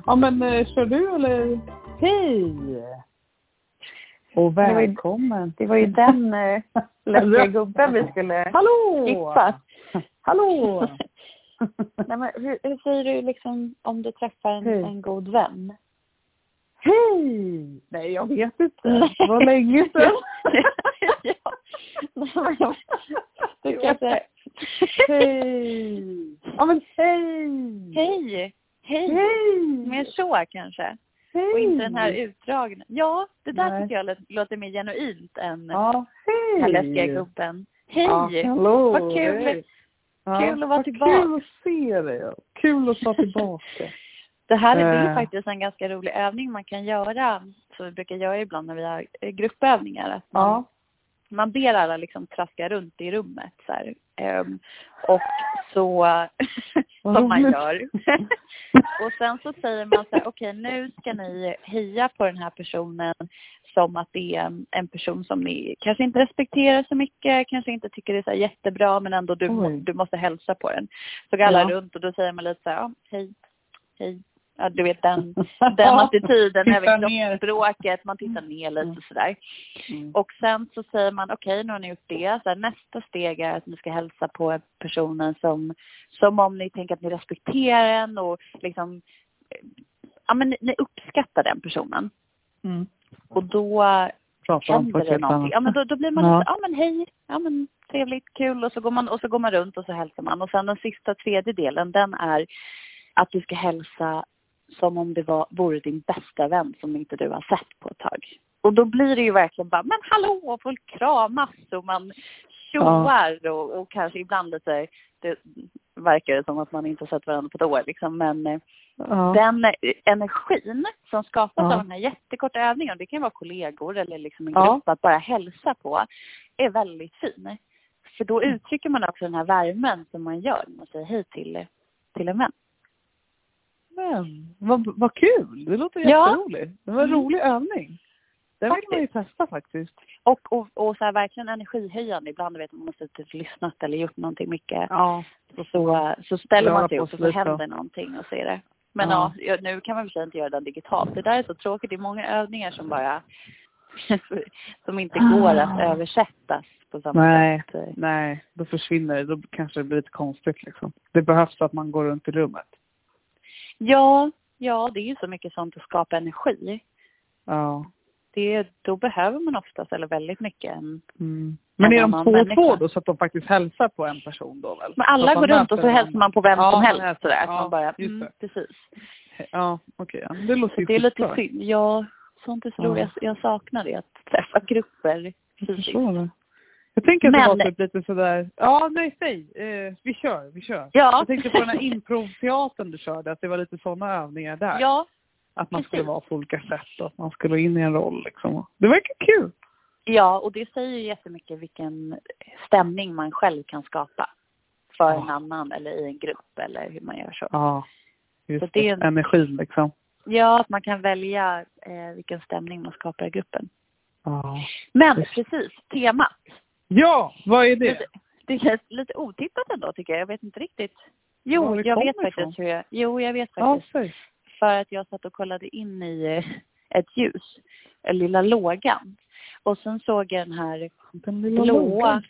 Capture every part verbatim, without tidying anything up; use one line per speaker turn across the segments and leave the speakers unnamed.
Ja, men eh, kör du eller? Hej! Och välkommen.
Det var ju den eh, läskiga gubben vi skulle
Hallå!
skippa.
Hallå!
Nej, men hur, hur säger du liksom om du träffar en, en god vän?
Hej! Nej, jag vet inte. Det var länge sedan.
Ja. Nej, men, du kan säga
hej! Ja, men hej!
Hej! Hej!
Hej!
Mer så kanske.
Hej!
Och inte den här utdragna. Ja, det där
Nej.
tycker jag låter, låter mer genuint än
ja, hej!
den här läskiga gubben. Hej!
Ja, hallå!
Vad kul!
Hej. Ja,
Kul att vara
vad
tillbaka.
Kul att se dig. Kul att vara tillbaka.
Det här är, det är
Äh.
faktiskt en ganska rolig övning man kan göra. Som vi brukar göra ibland när vi har gruppövningar. Att man,
Ja.
man ber alla liksom traska runt i rummet. Så här. Um, och så, som man gör. Och sen så säger man så här, okej, okay, nu ska ni heja på den här personen som att det är en, en person som ni kanske inte respekterar så mycket, kanske inte tycker det är så jättebra, men ändå du, må, du måste hälsa på den. Så går alla ja. runt och då säger man lite så här, ja, hej, hej. Ja, du vet den, den attityden över kroppsspråket, man tittar ner lite mm. sådär. Mm. Och sen så säger man, okej, okay, nu har ni gjort det. Så här, nästa steg är att ni ska hälsa på personen som, som om ni tänker att ni respekterar den och liksom, ja men ni, ni uppskattar den personen. Mm. Och då händer det någonting. Ja men då, då blir man ja. lite, ja men hej, ja men trevligt, kul. Och så går man, och så går man runt och så hälsar man. Och sen den sista tredje delen, den är att du ska hälsa som om det var, vore din bästa vän som inte du har sett på ett tag. Och då blir det ju verkligen bara, men hallå, folk kramas och man tjoar ja. och, och kanske ibland lite, det verkar det som att man inte har sett varandra på ett år liksom, men ja. den energin som skapas ja. av den här jättekorta övningen, det kan vara kollegor eller liksom en grupp ja. att bara hälsa på, är väldigt fin. För då uttrycker man också den här värmen som man gör när man säger hej till, till en vän.
Men, vad, vad kul. Det låter ja. jätteroligt. Det var en mm. rolig övning. Det vill man ju testa faktiskt.
Och, och, och så här, verkligen energihöjande. Ibland vet man måste typ lyssnat eller gjort någonting mycket. Ja. Så, så, så ställer man sig upp och så händer någonting och ser det. Men ja. ja, nu kan man väl inte göra det digitalt. Det där är så tråkigt. Det är många övningar som bara som inte går att översättas på samma
nej,
sätt.
Nej, då försvinner det. Då kanske det blir lite konstigt liksom. Det behövs att man går runt i rummet.
Ja, ja, det är ju så mycket sånt att skapa energi.
Ja.
Det, då behöver man oftast eller väldigt mycket en,
mm. Men är de två och två då så att de faktiskt hälsar på en person då väl?
Men alla går runt och så hälsar man på vem
ja,
som helst
helst.
sådär.
Ja,
man bara,
just
mm, precis.
Ja, okej. Okay. Det låter ju
det är lite synd. Ja, sånt är så roligt. Ja. Jag, jag saknar det, att träffa grupper.
Jag förstår det. Jag tänker att men, det var typ lite sådär, ja nej säg, eh, vi kör, vi kör.
Ja.
Jag tänkte på den här improvteatern du körde, att det var lite sådana övningar där.
Ja.
Att man skulle vara på olika sätt och att man skulle in i en roll liksom. Det verkar kul.
Ja, och det säger ju jättemycket vilken stämning man själv kan skapa för ja. en annan eller i en grupp eller hur man gör så.
Ja, just så det är en, energin liksom.
Ja, att man kan välja eh, vilken stämning man skapar i gruppen.
Ja.
Men precis, temat.
Ja, vad är det?
Det, det känns lite otippat ändå tycker jag. Jag vet inte riktigt. Jo, ja, jag vet faktiskt ifrån. hur jag... Jo, jag vet faktiskt.
Ja,
för att jag satt och kollade in i ett ljus. En lilla lågan. Och sen såg jag den här
den lilla
blåa...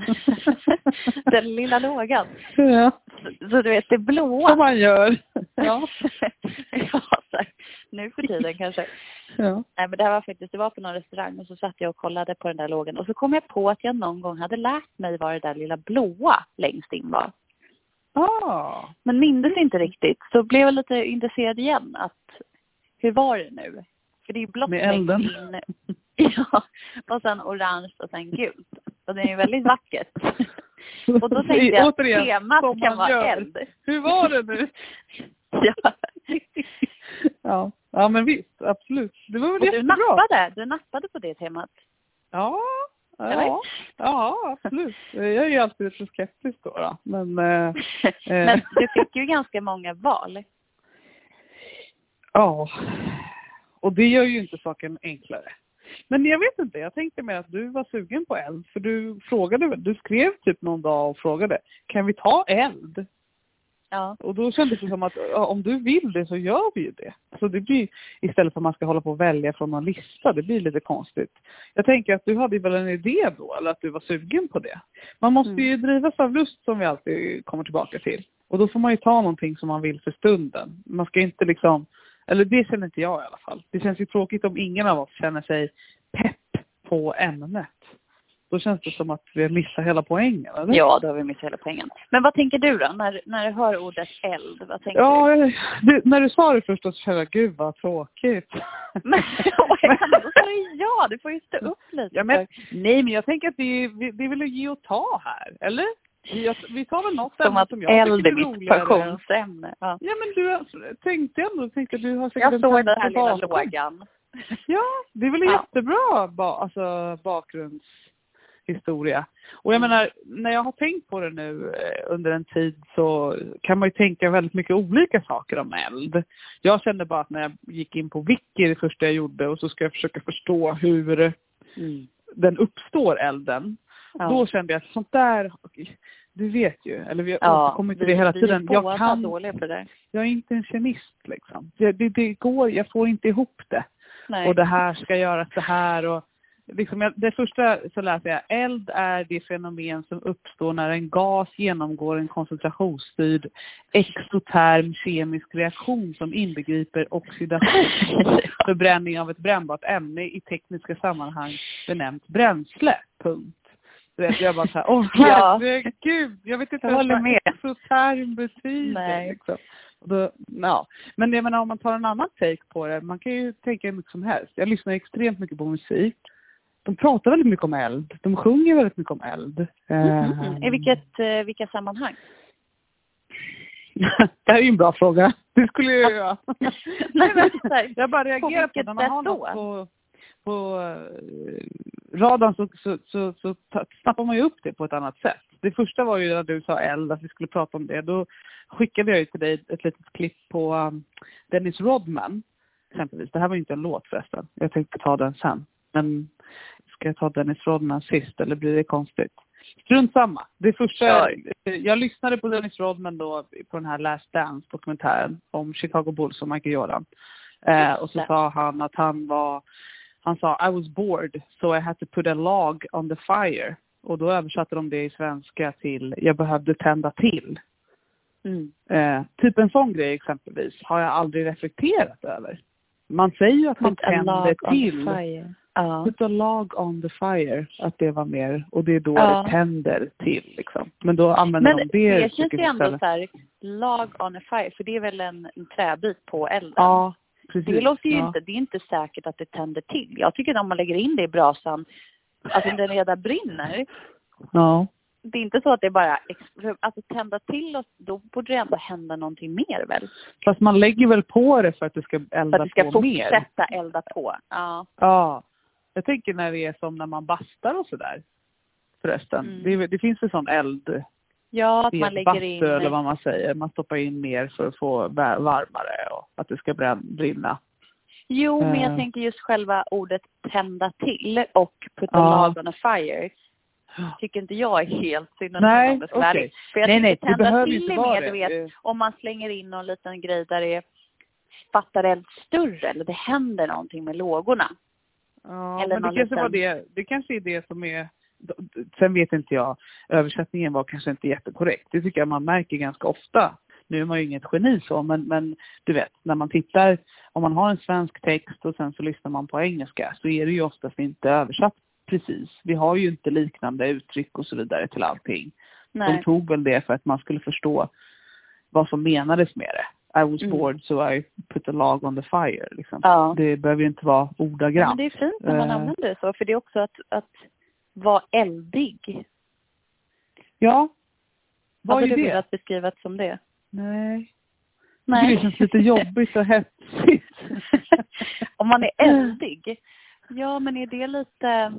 den lilla lågan.
Ja.
Så, så du vet, det blåa.
Som man gör. Ja.
ja, så här, nu för tiden kanske.
Ja.
Nej, men det här var faktiskt, det var på någon restaurang och så satt jag och kollade på den där lågan. Och så kom jag på att jag någon gång hade lärt mig vad det där lilla blåa längst in var.
Ah.
Men mindes inte riktigt. Så blev jag lite intresserad igen att hur var det nu? För det är ju blått
med elden.
In. Ja, och sen orange och sen gult. Och det är ju väldigt vackert. Och då tänkte jag att temat kan vara gör. eld.
Hur var det nu?
ja.
ja. Ja, men visst, absolut. Det var väl
och du nappade, du nappade på det temat.
Ja, ja, ja, absolut. Jag är ju alltid lite skeptisk då. då. Men, eh,
men du fick ju ganska många val.
Ja, och det gör ju inte saken enklare. Men jag vet inte, jag tänkte mig att du var sugen på eld. För du frågade, du skrev typ någon dag och frågade, kan vi ta eld?
Ja.
Och då kändes det som att ja, om du vill det så gör vi ju det. Så det blir, istället för att man ska hålla på och välja från någon lista, det blir lite konstigt. Jag tänker att du hade väl en idé då, eller att du var sugen på det. Man måste mm. ju drivas av lust, som vi alltid kommer tillbaka till. Och då får man ju ta någonting som man vill för stunden. Man ska inte liksom, eller det känner inte jag i alla fall. Det känns ju tråkigt om ingen av oss känner sig pepp på ämnet. Då känns det som att vi missar hela poängen, eller?
Ja, då har vi missat hela poängen. Men vad tänker du då, när, när du hör ordet eld? Vad tänker
ja,
du?
Det, när du sa det först så kände jag, gud vad tråkigt.
Men ja, jag kan då säga ja, du får ju stå upp lite.
Ja, men, nej, men jag tänker att vi, vi, vi vill ge och ta här, eller? Vi, vi tar väl något
som att som jag eld är mitt passionsämne. Ja.
ja, men du tänkte ändå, tänkte du har säkert
jag såg den här lilla lågan.
Ja, det är väl
ja.
jättebra ba, alltså, bakgrundshistoria. Och jag menar, när jag har tänkt på det nu eh, under en tid så kan man ju tänka väldigt mycket olika saker om eld. Jag kände bara att när jag gick in på Wiki det första jag gjorde och så ska jag försöka förstå hur mm. den uppstår, elden. Ja. Då kände jag att sånt där, du vet ju, eller vi
ja,
återkommer till det hela tiden.
Vi är båda jag kan, dåliga på det där.
Jag är inte en kemist liksom. Det, det, det går, jag får inte ihop det. Nej. Och det här ska göras så här och liksom jag, det första så läste jag, eld är det fenomen som uppstår när en gas genomgår en koncentrationsstyrd exoterm kemisk reaktion som inbegriper oxidation, förbränning av ett brännbart ämne i tekniska sammanhang benämnt bränsle. Punkt. Så jag bara så här, åh herregud, jag vet inte
jag
vad exoterm betyder. Nej. Liksom. Då, ja. Men jag menar, om man tar en annan take på det, man kan ju tänka hur mycket som helst. Jag lyssnar extremt mycket på musik. De pratar väldigt mycket om eld. De sjunger väldigt mycket om eld.
Mm. Um... I vilket, uh, vilka sammanhang?
Det här är ju en bra fråga. Det skulle jag göra. Nej, men, jag bara reagerar på, på när man har något på, på uh, radarn så, så, så, så snappar man ju upp det på ett annat sätt. Det första var ju när du sa eld, att vi skulle prata om det. Då skickade jag ju till dig ett litet klipp på um, Dennis Rodman. Exempelvis. Det här var ju inte en låt förresten. Jag tänkte ta den sen. Men ska jag ta Dennis Rodman sist eller blir det konstigt? Strunt samma. Det första, jag, jag lyssnade på Dennis Rodman då på den här Last Dance-dokumentären om Chicago Bulls och Michael Jordan. Eh, och så sa han att han var, han sa I was bored so I had to put a log on the fire. Och då översatte de det i svenska till jag behövde tända till. Mm. Eh, typ en sån grej exempelvis har jag aldrig reflekterat över. Man säger ju att man tänder till. Uh. Put a log on the fire. Att det var mer. Och det är då uh. det tänder till. Liksom. Men då använder
Men
de det.
Men det känns ju ändå så här. Log on a fire. För det är väl en, en träbit på elden.
Ja, precis.
Det låter ju
ja.
inte. Det är inte säkert att det tänder till. Jag tycker att om man lägger in det i brasan. Alltså den redan brinner.
Ja.
Det är inte så att det bara alltså tända till och då borde det ändå hända någonting mer väl.
Fast man lägger väl på det för att det ska elda
för att det ska
på mer.
fortsätta elda på. Ja.
Ja. Jag tänker när det är som när man bastar och sådär. Förresten. Mm. Det, det finns en sån eld.
Ja, att man lägger in.
Eller vad man säger. Man stoppar in mer för att få varmare och att det ska brinna.
Jo, men jag uh. tänker just själva ordet tända till och put a uh. log on a fire. Tycker inte jag är helt synonymt.
Okay.
För jag
nej, nej,
tända
behöver
till
inte
är
vara
mer,
det.
Du vet, om man slänger in någon liten grej där det fattar eld större eller det händer någonting med lågorna.
Ja, eller men det kanske liten... var det. Det kanske är det som är. Sen vet inte jag. Översättningen var kanske inte jättekorrekt. Det tycker jag man märker ganska ofta. Nu är man ju inget geni så, men, men du vet, när man tittar, om man har en svensk text och sen så lyssnar man på engelska så är det ju oftast inte översatt precis. Vi har ju inte liknande uttryck och så vidare till allting. Nej. De tog väl det för att man skulle förstå vad som menades med det. I was mm. bored so I put a log on the fire. Liksom. Ja. Det behöver ju inte vara ordagrant.
Men det är fint när man uh, använder det så, för det är också att, att vara eldig.
Ja. Vad
Hade
är
du
det?
velat beskriva som det?
Nej. Nej. Det känns lite jobbigt och hetsigt.
Om man är eldig. Ja, men är det lite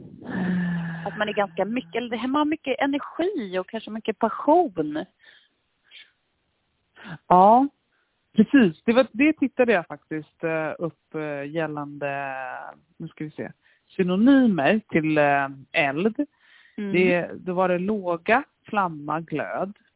att man är ganska mycket, eller man har mycket energi och kanske mycket passion?
Ja, precis. Det, var, det tittade jag faktiskt upp gällande, nu ska vi se, synonymer till eld. Mm. Det, då var det låga, flamma, glöd,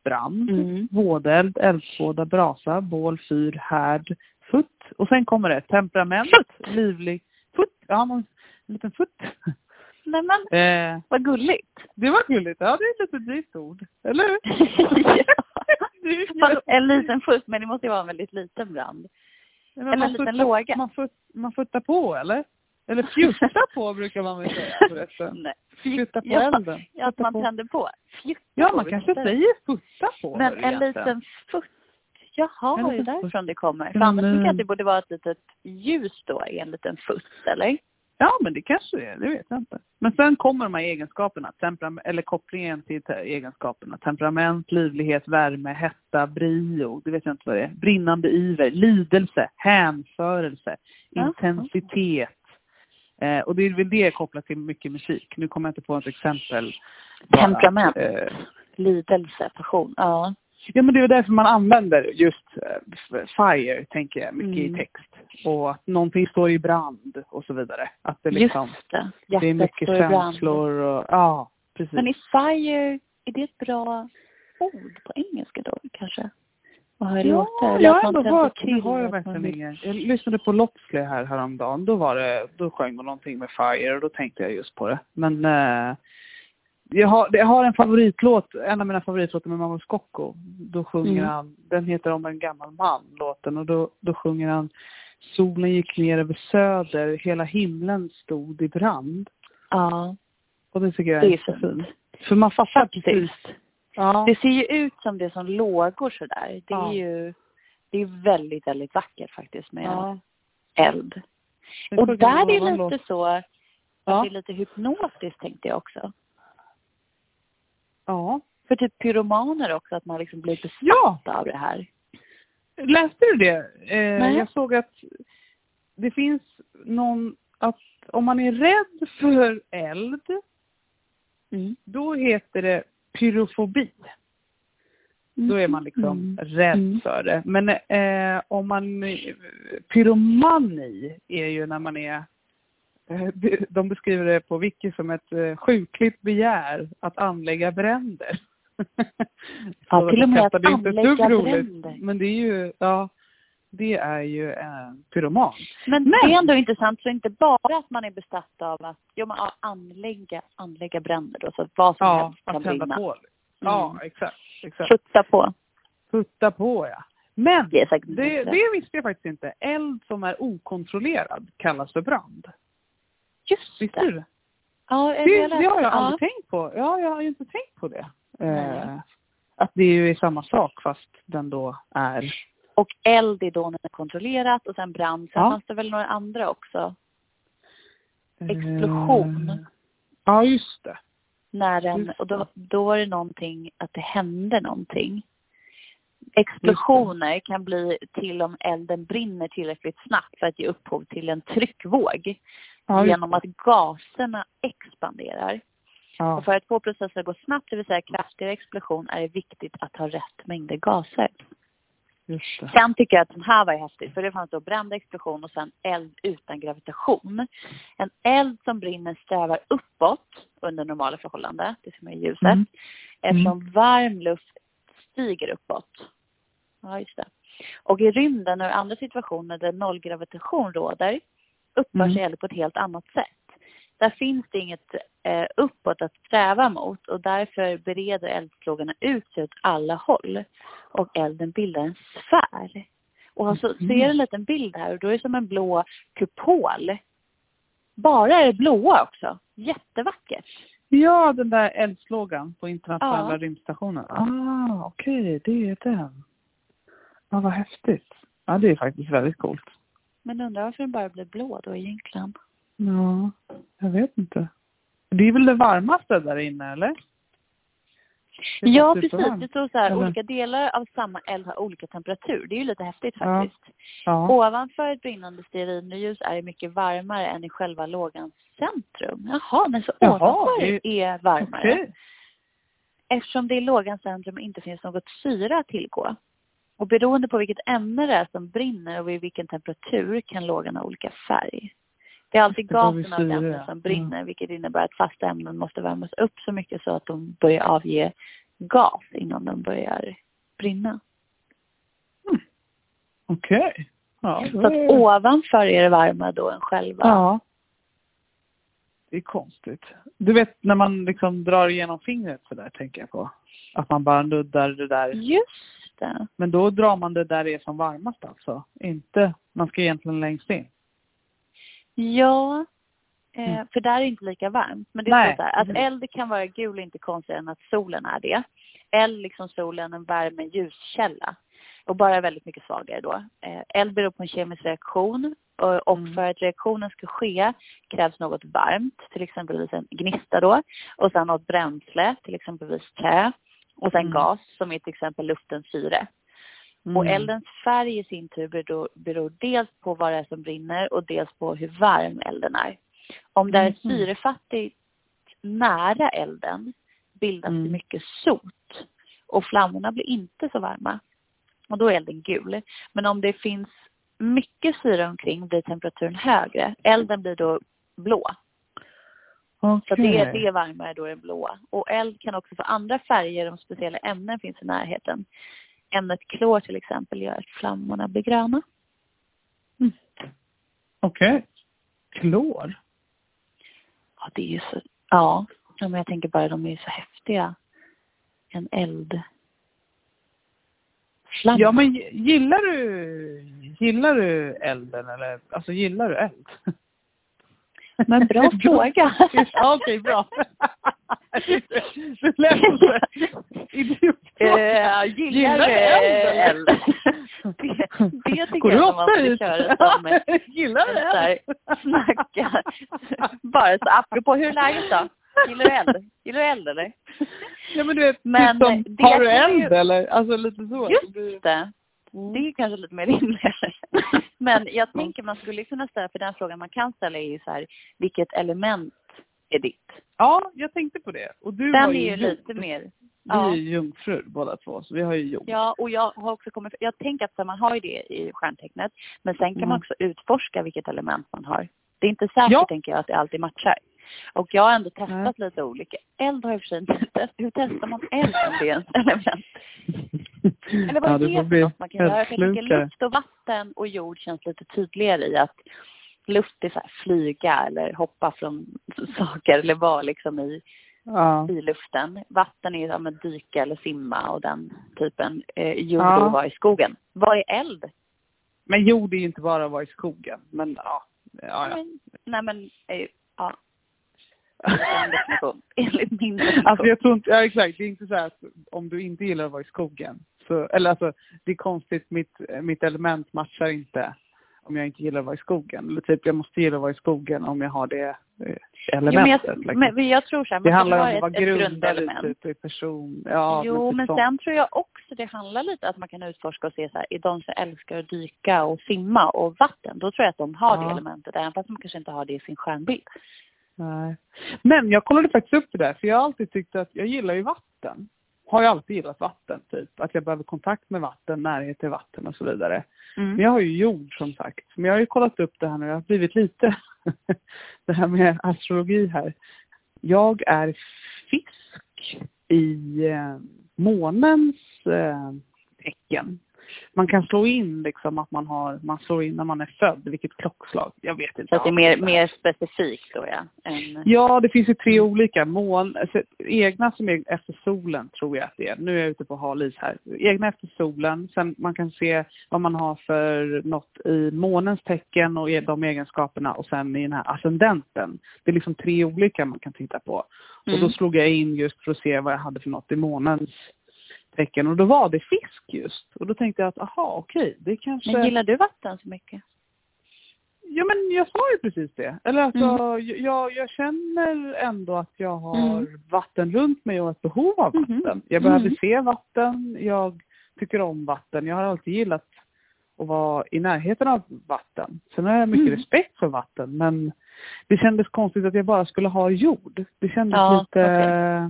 brand,
Mm.
vådeld, eldskåda, brasa, bål, fyr, härd, futt. Och sen kommer det temperament,
Futt.
livlig, futt, ja, en liten futt.
Nej men,
Eh,
vad gulligt.
det var gulligt, ja det är ett litet dyrt ord, eller hur?
Ja. Fast en liten futt, men det måste ju vara en väldigt liten brand.
Men
Eller
man
en liten
futtar,
låga.
Man, fut, man futtar på, eller? Eller fjutta på brukar man väl säga förresten.
Nej.
Fjutta på
Ja,
elden.
ja, att
Futta
man
på.
tänder på. Fjutta
Ja,
på,
man
vi
kanske
tänder.
säger futta på.
Men
hör du
en
egentligen.
liten futt. Jaha,
En
det är
liten
därifrån
futt.
det kommer. För
Mm.
annars tycker jag att det borde vara ett litet ljus då i en liten futt, eller?
Ja, men det kanske är, det vet jag inte. Men sen kommer de här egenskaperna, temperam- eller kopplingen till te- egenskaperna. Temperament, livlighet, värme, hetta, brio, det vet jag inte vad det är. Brinnande iver, lidelse, hänförelse,
Ja.
intensitet. Eh, och det är väl det kopplat till mycket musik. Nu kommer jag inte på ett exempel. Bara,
Temperament,
eh,
lidelse, passion. Ja.
Ja, men det är därför man använder just uh, fire, tänker jag, mycket
Mm.
i text. Och att någonting står i brand och så vidare. Att det liksom,
Just det.
det är mycket
står i brand.
känslor och, ja, precis.
Men i fire, är det ett bra ord på engelska då, kanske? Vad har jag
Ja,
låter?
jag
Att
har
man
ändå
tänder
hört,
till,
nu har jag
att man
verkligen
vill-
ingen. Jag lyssnade på Loxley här häromdagen, då var det, då sjöng de någonting med fire och då tänkte jag just på det. Men eh, jag, har, jag har en favoritlåt, en av mina favoritlåtar med Mauro Scocco. Då sjunger
Mm.
han, den heter Om en gammal man, låten. Och då, då sjunger han: solen gick ner över söder, hela himlen stod i brand.
Ja,
Och det tycker jag
det
är,
är
så
fint.
fint. För man fattar precis.
Faktiskt.
Ja.
Det ser ju ut som det som lågor sådär. Det är
Ja.
ju det är väldigt, väldigt vackert faktiskt med
Ja.
eld.
Det
Och
sjunger
där är
någon
det
annan
lite
låt.
så att
Ja.
det är lite hypnotiskt, tänkte jag också.
Ja.
För typ pyromaner också, att man liksom blir besatt
Ja.
av det här.
Läste du det? Eh,
Nej.
jag såg att det finns någon, att om man är rädd för eld,
Mm.
då heter det pyrofobi. Då är man liksom
Mm.
rädd
Mm.
för det. Men eh, om man, pyromani är ju när man är, eh, de beskriver det på wiki som ett eh, sjukligt begär att anlägga bränder.
Ja, till och med att
det är inte ett dugg
anlägga
roligt,
bränder.
men det är ju, ja, det är ju en pyroman.
Men,
Men-
det är ändå intressant, så inte bara att man är besatt av att jo, men, ja, anlägga, anlägga bränder då, så att vad som
Ja,
helst kan
att tända
brinna.
på. Ja,
Mm.
exakt. exakt.
Skjutsa på.
Putta på, ja. Men
Det är säkert
det,
bättre.
det visste jag faktiskt inte. Eld som är okontrollerad kallas för brand.
Just
Visste
det.
du det?
Ja,
Det,
jag
det har jag
ja.
aldrig tänkt på. Ja, jag har ju inte tänkt på det.
Nej.
Eh, att det ju är samma sak fast den då är...
Och eld är då när det är kontrollerat, och sen brand. Sen
Ja.
fanns det väl några andra också. Explosion.
Eh, ja, just det.
När den,
Just
och då,
det.
då är det någonting, att det händer någonting. Explosioner kan bli till om elden brinner tillräckligt snabbt för att ge upphov till en tryckvåg.
Ja, just
genom
det.
att gaserna expanderar.
Ja.
Och för att få processer att gå snabbt, det vill säga kraftigare explosion, är det viktigt att ha rätt mängder gaser.
Just det.
Sen tycker jag att den här var häftig, för det fanns då bränd explosion och sen eld utan gravitation. En eld som brinner strävar uppåt under normala förhållanden, det som är ljuset,
Mm.
eftersom varm luft stiger uppåt. Ja, just det. Och i rymden och i andra situationer där nollgravitation råder uppför sig
Mm.
eld på ett helt annat sätt. Där finns det inget eh, uppåt att sträva mot, och därför bereder eldslågorna ut sig åt alla håll. Och elden bildar en sfär. Och så
Mm.
ser en liten bild här, och då är det som en blå kupol. Bara är det blåa också. Jättevackert.
Ja, den där eldslågan på internationella
Ja.
rymdstationen. Ah, okej, det är den. Ja, vad häftigt. Ja, det är faktiskt väldigt coolt.
Men undrar varför den bara blir blå då egentligen.
Ja, jag vet inte. Det är väl det varmaste där inne, eller? Det är
Ja,
supervarmt.
precis. Det står så här,
Eller?
olika delar av samma eld har olika temperatur. Det är ju lite häftigt
Ja.
faktiskt.
Ja.
Ovanför ett brinnande stearinljus är det mycket varmare än i själva lågans centrum. Jaha, men så
Jaha,
ovanför
det-
är varmare.
Okej.
Eftersom det i lågans centrum inte finns något syre att tillgå. Och beroende på vilket ämne det är som brinner och vid vilken temperatur kan lågan ha olika färg. Det är alltid
Det var vid
gasen av
syre,
ämnen
ja.
som brinner, vilket innebär att fasta ämnen måste värmas upp så mycket så att de börjar avge gas innan den börjar brinna.
Mm. Okej. Okay. Ja,
så att ovanför är det varmare då än själva.
Ja. Det är konstigt. Du vet när man liksom drar igenom fingret så där tänker jag på. Att man bara nuddar det där.
Just det.
Men då drar man det där det är som varmast alltså. Inte, man ska egentligen längst in.
Ja. Eh, för där är det inte lika varmt. Men det är
Nej.
så här, att eld kan vara gul och inte konstigt än att solen är det. Eld liksom solen en värme ljuskälla. Och bara väldigt mycket svagare då. Eh, eld beror på en kemisk reaktion. Och, och
Mm.
för att reaktionen ska ske krävs något varmt. Till exempel en gnista då. Och sen något bränsle. Till exempel trä. Och sen
Mm.
gas som är till exempel luftens syre.
Mm.
Och eldens färg i sin tur beror, beror dels på vad det är som brinner. Och dels på hur varm elden är. Om det är syrefattigt nära elden bildas
Mm.
det mycket sot. Och flammorna blir inte så varma. Och då är elden gul. Men om det finns mycket syre omkring blir temperaturen högre. Elden blir då blå.
Okay.
Så det, det är varmare då är den blåa. Och eld kan också få andra färger om speciella ämnen finns i närheten. Ämnet klor till exempel gör att flammorna blir gröna.
Mm. Okej. Okay. Klor?
Ja, det är ju så... Ja, men jag tänker bara de är så häftiga. En eld. Flamm.
Ja, men gillar du gillar du elden eller alltså gillar du eld?
Men bra fråga.
Ja, okej, bra. Du lät så idiot.
Uh, gillar du eld? det, det tycker
Går
jag
du
att man ska köra som
gillar du eld?
Snacka. Bara så apropå hur är läget då? Gillar du eld? Gillar du eld eller?
Ja, men du vet,
men
typ som,
det
har du eld
ju...
eller? Alltså lite så.
Just det. Det är kanske lite mer rimligt. Men jag tänker man skulle kunna ställa, för den frågan man kan ställa är ju så här, vilket element är ditt?
Ja, jag tänkte på det. Och du
den
har
är
ju
ju lite mer...
Vi
ja.
är ju jungfrur båda två, så vi har ju jord.
Ja, och jag har också kommit... Jag tänker att man har ju det i stjärntecknet. Men sen kan
Mm.
man också utforska vilket element man har. Det är inte säkert,
ja.
tänker jag, att det alltid matchar. Och jag har ändå testat Nej. lite olika. Eld har jag för sig inte testat. Hur testar man eld om det är ens element? Eller vad ja, är det för något man kan göra? Jag tänker luft och vatten och jord känns lite tydligare i att luft är så här flyga eller hoppa från saker eller vara liksom i, ja. i luften. Vatten är som att dyka eller simma och den typen. Eh, jord ja. och vara i skogen. Vad är eld?
Men jord är ju inte bara att vara i skogen. Men ja. ja, ja.
Men, nej men, eh, ja. Enligt min definition.
Alltså jag tror inte, ja exakt, det är inte så här att om du inte gillar att vara i skogen så, eller alltså det är konstigt, mitt, mitt element matchar inte om jag inte gillar att vara i skogen, eller typ jag måste gilla att vara i skogen om jag har det elementet.
Jo, men, jag, men jag tror så här,
det handlar om att
ett,
vara
ett grundelement
typ i person. Ja,
jo,
men,
men
typ
sen tror jag också det handlar lite att man kan utforska och se så här, är de som älskar att dyka och simma och vatten, då tror jag att de har ja. det elementet, även fast de kanske inte har det i sin stjärnbild.
Nej. Men jag kollade faktiskt upp det där, för jag har alltid tyckt att jag gillar ju vatten. Har jag alltid gillat vatten, typ. Att jag behöver kontakt med vatten, närhet till vatten och så vidare. Mm. Men jag har ju jord som sagt. Men jag har ju kollat upp det här nu. Jag har blivit lite det här med astrologi här. Jag är fisk i eh, månens eh, tecken. Man kan slå in liksom att man har man slår in när man är född, vilket klockslag. Jag vet inte.
Så att det är mer, mer specifikt då, ja. Än...
Ja, det finns ju tre mm. olika mån. Alltså, egna som är efter solen tror jag att det är. Nu är jag ute på halis här. Egna efter solen. Sen man kan se vad man har för något i månens tecken och de egenskaperna. Och sen i den här ascendenten. Det är liksom tre olika man kan titta på. Mm. Och då slog jag in just för att se vad jag hade för något i månens tecken. Och då var det fisk just. Och då tänkte jag att, aha, okej, det kanske...
Men gillar du vatten så mycket?
Ja, men jag sa ju precis det. Eller alltså, mm. jag, jag känner ändå att jag har mm. vatten runt mig och ett behov av vatten. Mm. Jag behöver mm. se vatten. Jag tycker om vatten. Jag har alltid gillat att vara i närheten av vatten. Sen har jag mycket mm. respekt för vatten. Men det kändes konstigt att jag bara skulle ha jord. Det kändes ja, lite... Okay.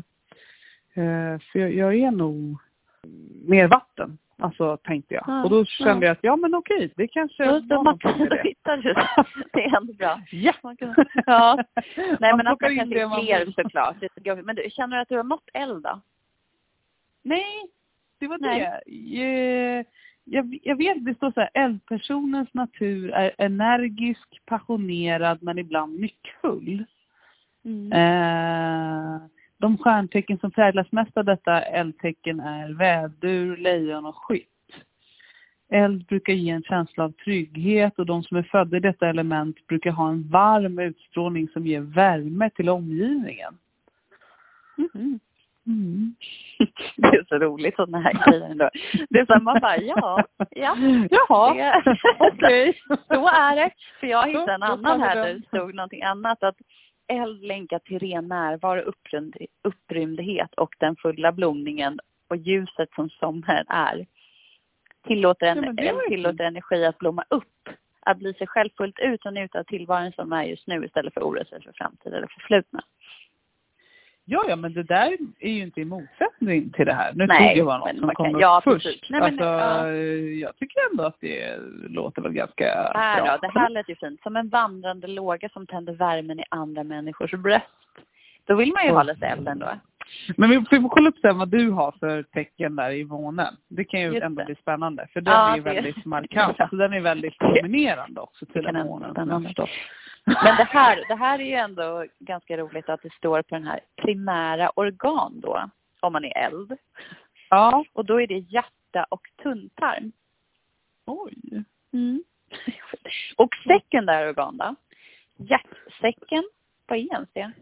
Eh, för jag, jag är nog... mer vatten, alltså tänkte jag. Ja, och då kände ja. jag att ja men okej, det kanske
då, då man kan det. Hittar du. Det är ändå bra.
Ja.
Man kan, ja. Nej, man men att man kan se fler såklart. Men du, känner du att du har nått eld då?
Nej, det var
Nej.
det. Jag, jag vet, det står så här, eldpersonens natur är energisk, passionerad men ibland nyckfull.
Mm.
Eh, de stjärntecken som präglas mest av detta eldtecken är vädur, lejon och skytt. Eld brukar ge en känsla av trygghet och de som är födda i detta element brukar ha en varm utstrålning som ger värme till omgivningen.
Mm.
Mm.
Det är så roligt sådana här grejer ändå. Det är som man bara, ja, ja.
Jaha,
det,
okej.
Så är det. För jag hittade en
Då- då
annan
tar vi
här
den.
där det stod någonting annat. Att eld länkar till ren närvaro, upprymd, upprymdhet och den fulla blomningen och ljuset som sommaren är. Tillåter, en,
Ja, men det är
eld tillåter energi att blomma upp. Att bli sig själv fullt ut och njuta av tillvaron som är just nu istället för oroa sig för framtiden eller förflutna.
Ja, ja, men det där är ju inte i motsättning till det här. Nu
Nej,
tog jag bara något som
man
kom
kan-
upp
ja,
först.
precis. Nej, men-
alltså,
ja.
jag tycker ändå att det låter väl ganska
Här
bra.
då, det här lät ju fint. Som en vandrande låga som tänder värmen i andra människors bröst. Då vill man ju
Oj.
ha lite eld ändå.
Men vi får kolla upp sen vad du har för tecken där i månen. Det kan ju
Just
ändå
det.
bli spännande. För den
Ja,
är ju
det-
väldigt markant.
Ja.
Alltså, den är väldigt dominerande också till
Det kan
den
ändå
månen.
vara
som jag
spännande.
förstår.
Men det här, det här är ju ändå ganska roligt att det står på den här primära organ då. Om man är eld.
Ja.
Och då är det hjärta och tunntarm.
Oj.
Mm. Och sekundära organ då? Hjärtsäcken. Vad är ens det?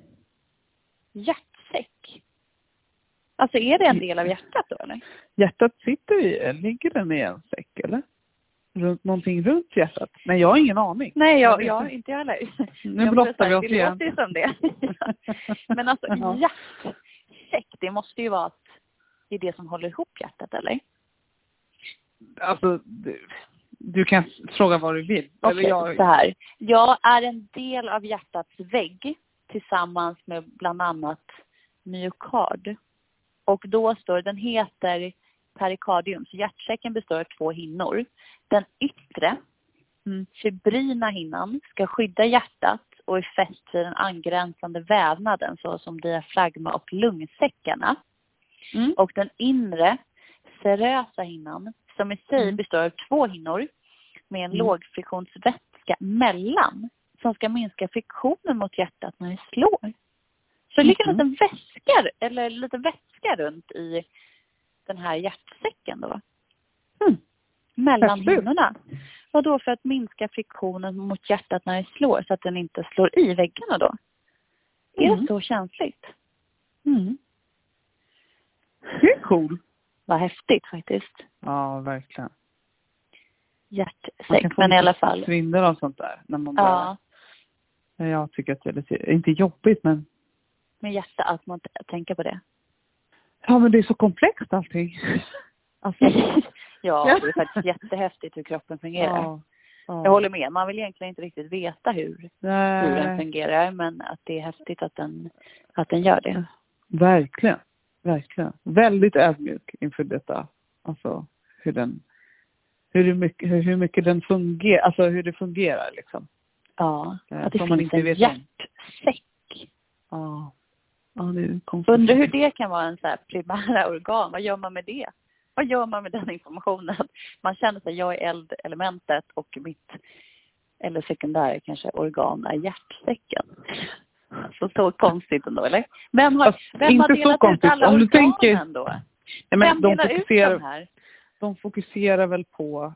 Hjärtsäck. Alltså är det en del av hjärtat då eller?
Hjärtat sitter i, ligger den i en säck eller? Runt, någonting runt hjärtat? Nej, jag har ingen aning.
Nej, jag,
vet
jag
inte.
inte jag heller.
Nu
Jag
blottar
säga,
vi oss
det
igen.
låter ju som det. Men alltså
Ja.
hjärtsäck, det måste ju vara att det är det som håller ihop hjärtat, eller?
Alltså, du, du kan fråga vad du vill.
Okej,
Eller jag,
så här. Jag är en del av hjärtats vägg tillsammans med bland annat myokard. Och då står den heter perikardium. Så hjärtsäcken består av två hinnor. Den yttre,
Mm.
fibrina hinnan, ska skydda hjärtat och är fäst vid den angränsande vävnaden såsom diafragma och lungsäckarna.
Mm.
Och den inre, serösa hinnan, som i sig
Mm.
består av två hinnor med en
Mm.
lågfriktionsvätska mellan som ska minska friktionen mot hjärtat när det slår. Så det ligger en
Mm.
liten väska, eller lite vätska runt i den här hjärtsäcken då.
Mm.
Mellan
Häftigt.
hinnorna. Och då för att minska friktionen mot hjärtat när det slår så att den inte slår i väggarna då. Är
Mm.
det så känsligt?
Mm. Det är cool.
Vad häftigt faktiskt.
Ja, verkligen. Man
Hjärtsäck,
kan få
men i
lite
alla fall.
svindel av sånt där. När man
Ja,
börjar. Jag tycker att det är lite, inte jobbigt, men
med hjärta att man t- tänker på det.
ja, men det är så komplext allting. Alltså,
Ja, det är faktiskt jättehäftigt hur kroppen fungerar.
ja, ja.
Jag håller med. Man vill egentligen inte riktigt veta hur, hur den
Nej,
fungerar. Men att det är häftigt att den, att den gör det.
verkligen. Verkligen. Väldigt ödmjuk inför detta. Alltså, hur den, hur, det mycket, hur, hur mycket den fungerar, alltså hur det fungerar liksom.
Ja,
Eh,
att det
som man
finns
inte
en
vet om.
hjärtsäck.
Ja. Ja, det är konstigt.
Undrar hur det kan vara en så här primära organ. Vad gör man med det? Vad gör man med den informationen? Man känner sig, jag är eldelementet och mitt, eller sekundära kanske, organ är hjärtsäcken. Så, så konstigt ändå, eller? Vem har,
Fast
vem har
inte så
delat ut
konstigt.
alla
Om du
organen
tänker-
då?
Ja, men
Vem
de
delar ut
fokuserar,
de här?
de fokuserar väl på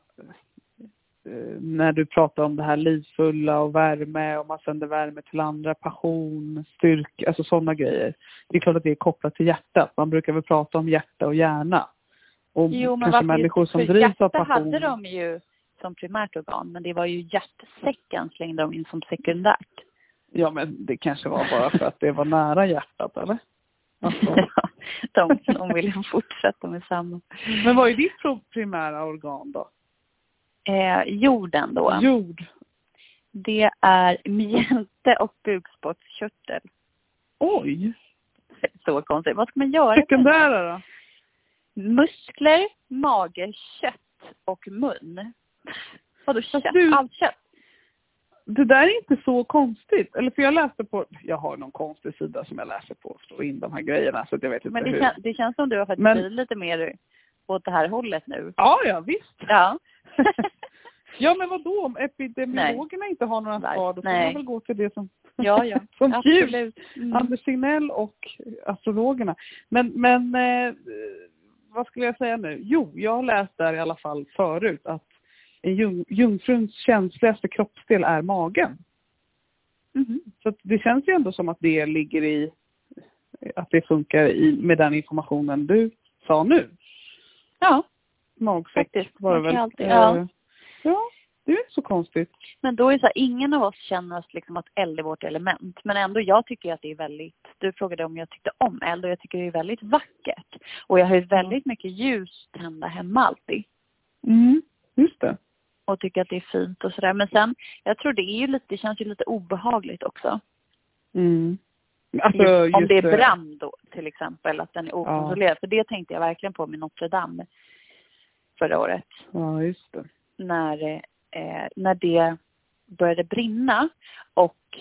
eh, när du pratar om det här livfulla och värme och man sänder värme till andra, passion, styrka, alltså sådana grejer. Det är klart att det är kopplat till hjärtat. Man brukar väl prata om hjärta och hjärna. Och
Jo, men
kanske
varför
människor
just,
som
för
drivs av
hjärta
passion.
hade de ju som primärt organ, men det var ju hjärtsäcken slängde de in som sekundärt.
Ja, men det kanske var bara för att det var nära hjärtat, eller? Alltså.
de, de ville fortsätta med samma.
Men vad är ditt pro- primära organ då?
Eh, jorden då.
Jord.
Det är mjälte och bukspottkörtel.
Oj.
Så konstigt. Vad ska man göra med
Sekundära då?
muskler, mage, kött och mun? Vadå kött?
du-
Allt kött?
det där är inte så konstigt. Eller för jag läste på, jag har någon konstig sida som jag läser på och slår in de här grejerna så att jag vet inte
Men det,
hur.
kän, det känns som du har faktiskt Men, blivit lite mer åt det här hållet nu.
Ja, ja, visst.
Ja.
Ja, men vad då om epidemiologerna Nej. inte har några svar, då får
Nej.
man väl gå till det som,
ja, ja.
som
absolut. Mm.
Anders Signell och astrologerna. Men, men eh, vad skulle jag säga nu? Jo, jag har läst där i alla fall förut att en jung, jungfruns känsligaste kroppsdel är magen. Mm-hmm. Så att det känns ju ändå som att det ligger i, att det funkar i, med den informationen du sa nu.
Ja,
magsäck var det väl.
Alltid, ja.
Eh, ja, det är inte så konstigt.
Men då är det så här, ingen av oss känner oss liksom att eld är vårt element. Men ändå, jag tycker att det är väldigt, du frågade om jag tyckte om eld och jag tycker det är väldigt vackert. Och jag har ju väldigt mycket ljus tända hemma alltid.
Mm, just det.
Och tycker att det är fint och sådär. Men sen, jag tror det är ju lite, det känns ju lite obehagligt också.
Mm. Alltså,
just, om
just
det är brand då, till exempel, att den är okontrollerad.
Ja.
För det tänkte jag verkligen på med Notre Dame förra året.
Ja, just det.
När, eh, när det började brinna och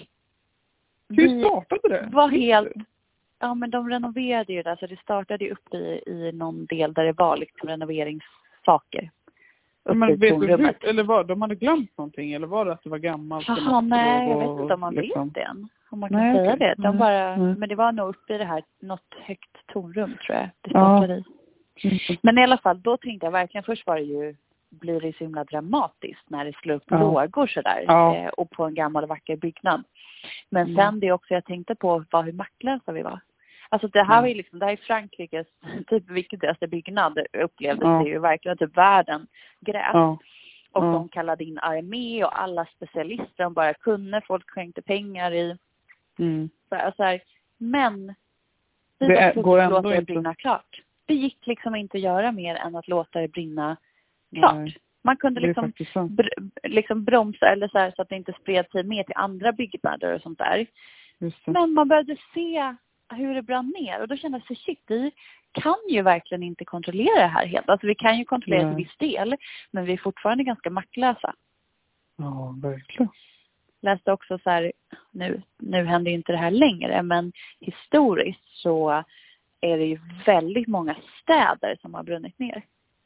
hur startade det?
Var helt, ja, men de renoverade ju det. Så det startade ju upp i, i någon del där det var liksom renoveringssaker.
Men vet du hur, eller var de hade glömt någonting eller var det att det var gammalt?
Jaha, nej, jag vet inte om man liksom vet det än. Om man kan
nej,
säga
okay.
det. De
mm.
bara,
mm.
Men det var nog uppe i det här, något högt tornrum tror jag. Det startade i.
Ja. Mm.
Men i alla fall, då tänkte jag verkligen, först var det ju, blir det så himla dramatiskt när det slår upp ja. lågor sådär.
Ja.
Eh, och på en gammal vacker byggnad. Men
mm.
sen det också jag tänkte på var hur maktlösa vi var. Alltså det här ja. var ju liksom, det här är Frankrikes typ viktigaste byggnad upplevdes ja. det ju verkligen typ världen grät.
Ja.
Och
ja.
de kallade in armé och alla specialister de bara kunde. Folk skänkte pengar i.
Mm.
Så, alltså här, men
det är, går ändå
låta det
inte.
brinna klart. Det gick liksom inte att göra mer än att låta det brinna klart. Nej. Man kunde liksom, br- liksom bromsa eller så, här, så att det inte spred sig mer till andra byggnader och sånt där. Men man började se hur det brann ner. Och då kände jag så shit, vi kan ju verkligen inte kontrollera det här helt. Alltså vi kan ju kontrollera till viss del. Men vi är fortfarande ganska maktlösa.
Ja, verkligen.
Läste också så här, nu, nu händer ju inte det här längre. Men historiskt så är det ju väldigt många städer som har brunnit ner.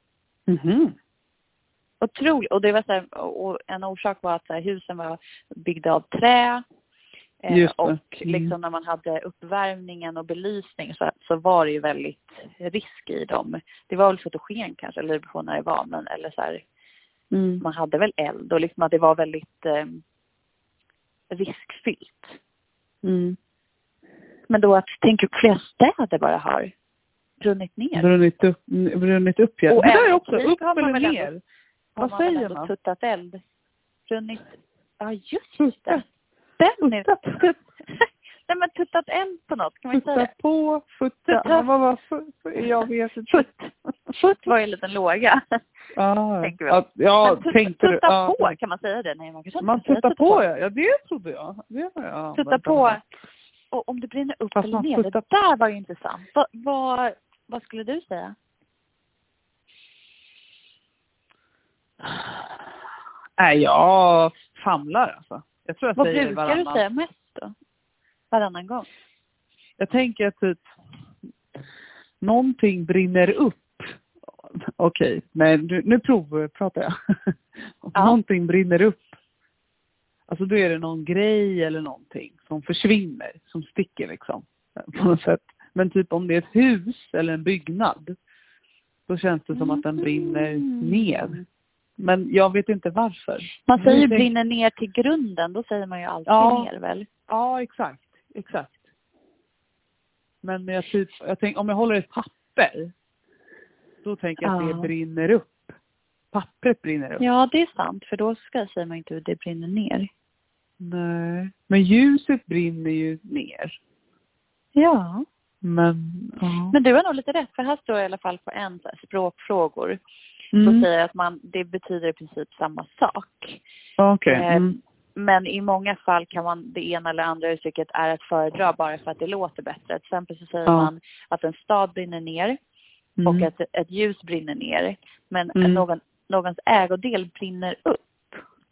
Mhm.
Otroligt. Och det var så här, och en orsak var att så här, husen var byggda av trä. Eh, och mm. liksom när man hade uppvärmningen och belysning så, så var det ju väldigt risk i dem. Det var väl fotogen kanske, eller på när det var, men eller så här, mm. man hade väl eld och liksom att det var väldigt eh, riskfyllt.
Mm.
Men då att tänk upp flera städer bara har brunnit ner.
Brunnit upp, brunnit upp ja.
Och
det där är också upp eller ner.
Ändå,
vad
man
säger man?
Tuttat eld. Brunnit. Ja just
det.
Den nu. Nej men tuttat eld på något, kan man
tutta
säga det?
På, futta på, vad var futt? Jag vet inte.
Futt. Futt var ju en liten låga.
Ah,
tänker vi.
Ja, ja
tut,
tänkte
tutta
du.
på,
ah.
kan man säga det? Nej, man kan
man tuttar på, på, ja. Ja, det trodde jag. Det var jag.
Tutta på. Och om det brinner upp fast eller ner, det där var ju intressant. Vad, vad, vad skulle du säga?
Nej, jag famlar alltså. Jag tror jag
vad
säger
brukar
varannan.
du säga mest då? Varannan gång? Jag
tänker typ någonting brinner upp. Okej, okay, men nu, nu provpratar jag. Ja. Någonting brinner upp. Alltså då är det någon grej eller någonting som försvinner, som sticker liksom på något sätt. Men typ om det är ett hus eller en byggnad, då känns det som att den brinner ner. Men jag vet inte varför.
Man säger ju brinner ner till grunden, då säger man ju alltid ja. ner väl?
Ja, exakt. Exakt. Men jag typ, jag tänk, om jag håller ett papper, då tänker jag ja. att det brinner upp. Pappret brinner upp.
Ja, det är sant. För då ska jag säga man inte hur det brinner ner.
Nej. Men ljuset brinner ju ner.
Ja.
Men, ja.
Men du har nog lite rätt. För här står jag i alla fall på en så här, språkfrågor.
Mm.
Då säger jag att man, det betyder i princip samma sak.
Okej. Okay. Mm.
Eh, men i många fall kan man det ena eller andra uttrycket är att föredra bara för att det låter bättre. Till exempel så säger ja. man att en stad brinner ner. Mm. Och att ett ljus brinner ner. Men mm. någon, någons ägodel brinner upp.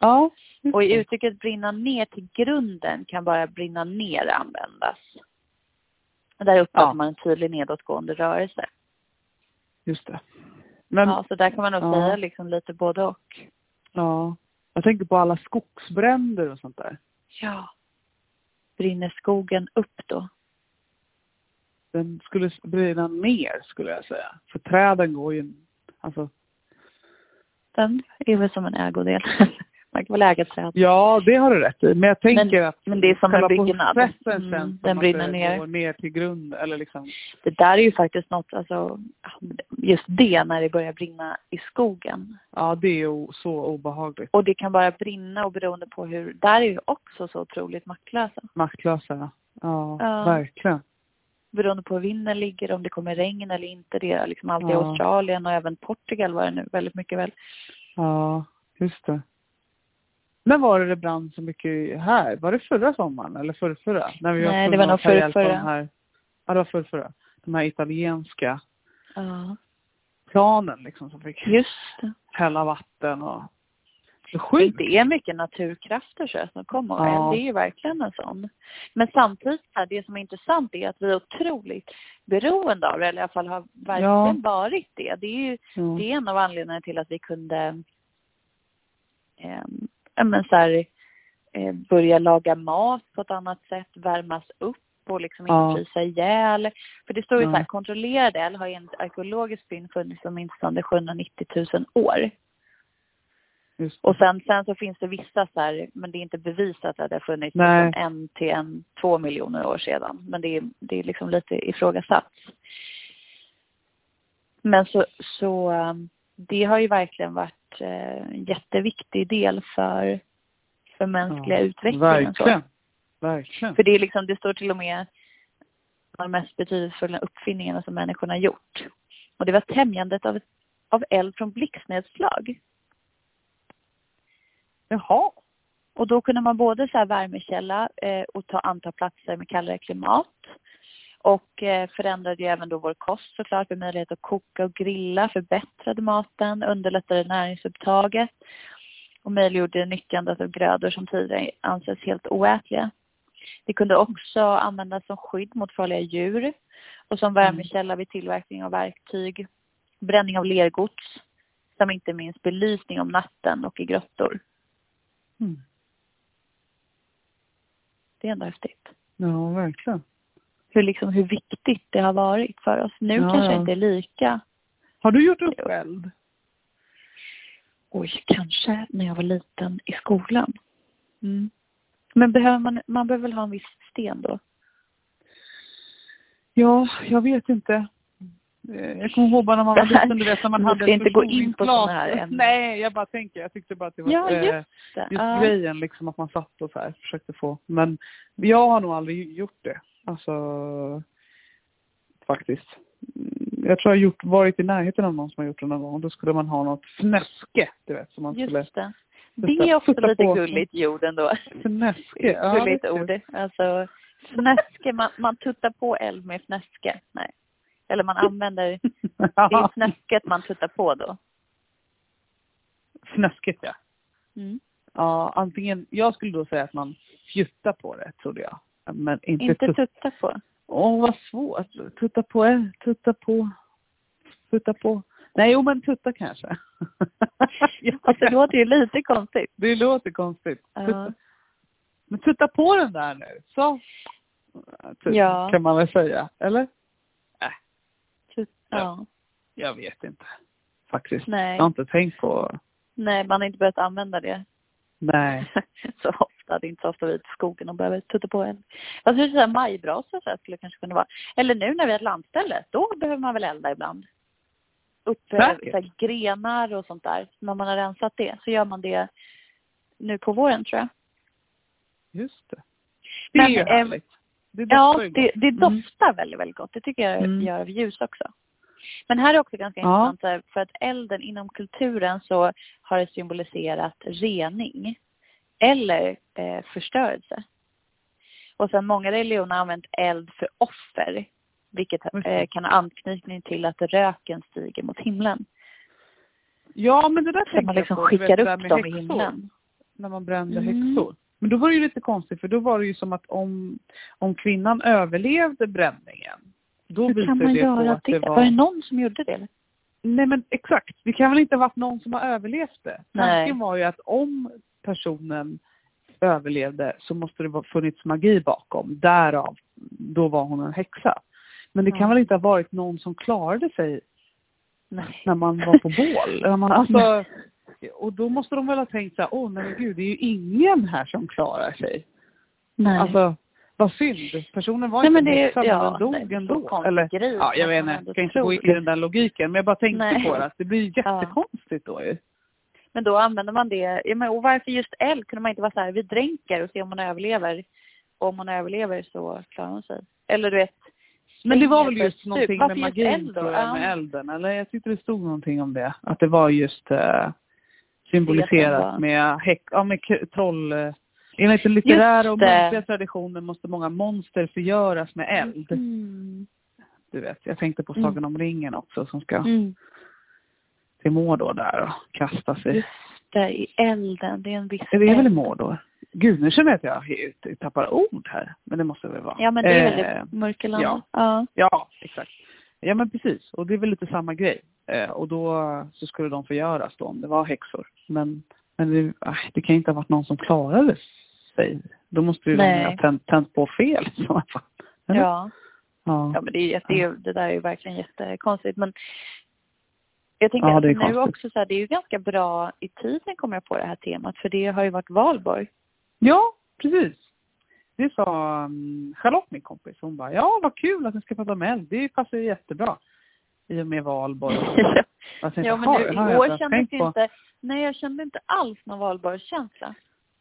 Ja.
Och i uttrycket brinna ner till grunden kan bara brinna ner användas. Där uppfattar ja. man en tydlig nedåtgående rörelse.
Just det. Men,
ja, så där kan man nog
ja.
säga liksom lite både och.
Ja. Jag tänker på alla skogsbränder och sånt där.
Ja. Brinner skogen upp då?
Den skulle brinna ner, skulle jag säga. För träden går ju... Alltså...
Den är väl som en ägodel. Man kan väl äga träd.
Ja, det har du rätt i. Men jag tänker
men,
att...
Men det är som en byggnad.
Mm,
den brinner ner.
Går ner till grund. Eller liksom...
Det där är ju faktiskt något... Alltså, just det när det börjar brinna i skogen.
Ja, det är ju så obehagligt.
Och det kan bara brinna och beroende på hur... Där är ju också så otroligt maktlösa.
Maktlösa, ja. Ja,
ja.
Verkligen.
Beroende på hur vinden ligger, om det kommer regn eller inte. Det är liksom alltid
ja.
Australien och även Portugal var det nu väldigt mycket väl.
Ja, just det. När var det det brann så mycket här? Var det förra sommaren eller förra förra? När vi
Nej, det var nog förra förra.
De här, ja, det var förra förra. De här italienska
ja.
planen liksom som fick
just det.
Hälla vatten och...
Det, det är mycket naturkrafter så som kommer. Ja. Det är ju verkligen en sån. Men samtidigt, det som är intressant är att vi är otroligt beroende av det. Eller i alla fall har verkligen ja. varit det. Det är ju ja. det är en av anledningarna till att vi kunde eh, men så här, eh, börja laga mat på ett annat sätt. Värmas upp och liksom
ja.
inte frysa ihjäl. För det står ju ja. så här, kontrollerad el har enligt arkeologisk fynd funnits som minstone sjuhundranittio tusen år. Och sen, sen så finns det vissa så här, men det är inte bevisat att det har funnits från en till en, två miljoner år sedan. Men det är, det är liksom lite ifrågasatt. Men så, så det har ju verkligen varit en jätteviktig del för, för mänskliga ja, utvecklingen.
Verkligen.
Så.
verkligen.
För det är liksom, det står till och med de mest betydelsefulla uppfinningarna som människorna har gjort. Och det var tämjandet av, av eld från blixtnedslag.
Jaha.
Och då kunde man både så här värmekälla eh, och ta anta platser med kallare klimat. Och eh, förändrade ju även då vår kost såklart med möjlighet att koka och grilla, förbättrade maten, underlättade näringsupptaget och möjliggjorde nyttjandet av grödor som tidigare anses helt oätliga. Det kunde också användas som skydd mot farliga djur och som värmekälla vid tillverkning av verktyg, bränning av lergods, som inte minst belysning om natten och i grottor.
Mm.
Det är ändå häftigt.
Ja, verkligen.
Hur, liksom, hur viktigt det har varit för oss. Nu
ja,
kanske
ja.
inte är lika.
Har du gjort upp eld?
Oj, kanske när jag var liten i skolan. Mm. Men behöver man, man behöver väl ha en viss sten då?
Ja, jag vet inte. Jag kommer ihåg bara när man var liten, du vet, när man
du
hade
inte gå in på sådana här ämnen.
Nej, jag bara tänker, jag tyckte bara att det var
ja, just, det.
just
ja.
grejen liksom att man satt och så här försökte få. Men jag har nog aldrig gjort det. Alltså, faktiskt. Jag tror jag har gjort, varit i närheten av någon som har gjort det någon gång. Då skulle man ha något fnäske, du vet. Som man
just
skulle
det. Det är också lite
på.
Gulligt ljord ändå.
Fnäske, ja.
Gulligt ord. Alltså, fnäske, man, man tuttar på eld med fnäske. Nej. Eller man använder, det är fnäsket man tuttar på då.
Fnäsket, ja.
Mm.
Ja, antingen, jag skulle då säga att man fjuttar på det, trodde jag. Men inte,
inte
tut-
tutta på.
Åh, vad svårt. Tutta på, tutta på, tutta på. Nej, jo, men tutta kanske.
Alltså, det låter ju lite konstigt.
Det låter konstigt.
Ja.
Tutta. Men tutta på den där nu. Så tutta,
ja.
kan man väl säga, eller?
Ja. ja.
Jag vet inte. Faktiskt.
Nej.
Jag har inte tänkt på...
Nej, man har inte börjat använda det.
Nej.
så ofta. Det är inte så ofta vid skogen och behöver tutta på en. Vad skulle du säga, majbrasa så här skulle det kanske kunna vara. Eller nu när vi har ett landställe, då behöver man väl elda ibland. Upp så här, grenar och sånt där. När man har rensat det så gör man det nu på våren, tror jag.
Just det. Det
Men,
är ju härligt.
Det ja, det, det doftar mm. väldigt, väldigt gott. Det tycker jag mm. gör av ljus också. Men här är också ganska ja. intressant. För att elden inom kulturen så har det symboliserat rening. Eller eh, förstörelse. Och sen många religioner har använt eld för offer. Vilket eh, kan ha anknytning till att röken stiger mot himlen.
Ja, men det där
så man liksom
på,
skickar
vet,
upp dem i himlen.
när man brände
Mm.
häxor. Men då var det ju lite konstigt, för då var det ju som att om, om kvinnan överlevde bränningen, då
Hur kan
visade
man
det
göra
på att
det?
det var...
Var det någon som gjorde det? Eller?
Nej, men exakt. Det kan väl inte ha varit någon som har överlevt det.
Nej.
Tanken var ju att om personen överlevde så måste det ha funnits magi bakom. Därav, då var hon en häxa. Men det kan
Mm.
väl inte ha varit någon som klarade sig
Nej.
när man var på bål. När man, alltså, och då måste de väl ha tänkt så här, åh nej men gud, det är ju ingen här som klarar sig.
Nej.
Alltså, vad synd. Personen var
Nej,
inte
men det är-
häxa, men
ja,
den dog
nej, det är
ändå.
så konstig
Eller,
grej,
ja, jag
att
vet
man
inte,
ändå
jag ska inte
tror
gå in i
det.
den där logiken. Men jag bara tänkte
Nej.
på det. Att det blir jättekonstigt då ju.
Men då använder man det. Ja, men, och varför just eld? Kunde man inte vara så här, vi dränker och se om man överlever. Och om man överlever så klarar man sig. Eller du vet.
Men det var väl just
stup.
någonting
Varför
med
just
magin,
eld då?
tror jag,
Ja.
med elden. Eller jag tyckte det stod någonting om det. Att det var just uh, symboliserat
var...
med, häck, ja, med k- troll. Uh, enligt den litterära och muntliga traditionen måste många monster förgöras med eld.
Mm.
Du vet, jag tänkte på Sagan
mm.
om ringen också, som ska
Mm.
till Mordor där och kasta sig.
Just det, i elden. Det är en viss
Är det
eld.
väl i Mordor? Gud, nu känner jag att jag helt tappar ord här. Men det måste väl vara.
Ja, men det är
eh,
väldigt mörkerland.
Ja.
ja.
Ja, exakt. Ja, men precis. Och det är väl lite samma grej. Eh, och då så skulle de förgöras då om det var häxor. Men, men det, äh, det kan inte ha varit någon som klarade sig. Då måste ju
Nej.
de ha tänt, tänt på fel i så fall. Eller?
Ja.
Ja.
Ja, men det, är, jätte- det, är, det där är ju verkligen jättekonstigt. Men jag tänker
Ja,
att
det är
nu
konstigt.
också så här, det är ju ganska bra i tiden kommer jag på det här temat. För det har ju varit valborg.
Ja, precis. Det sa um, Charlotte, min kompis. Hon bara, ja vad kul att ni ska prata om eld. Det passar ju jättebra. I och med valborg. Jag tänkte,
Ja, men nu,
har
i
jag
år
inte
kändes
tänkt
det
på.
inte... Nej, jag kände inte alls någon valborgskänsla.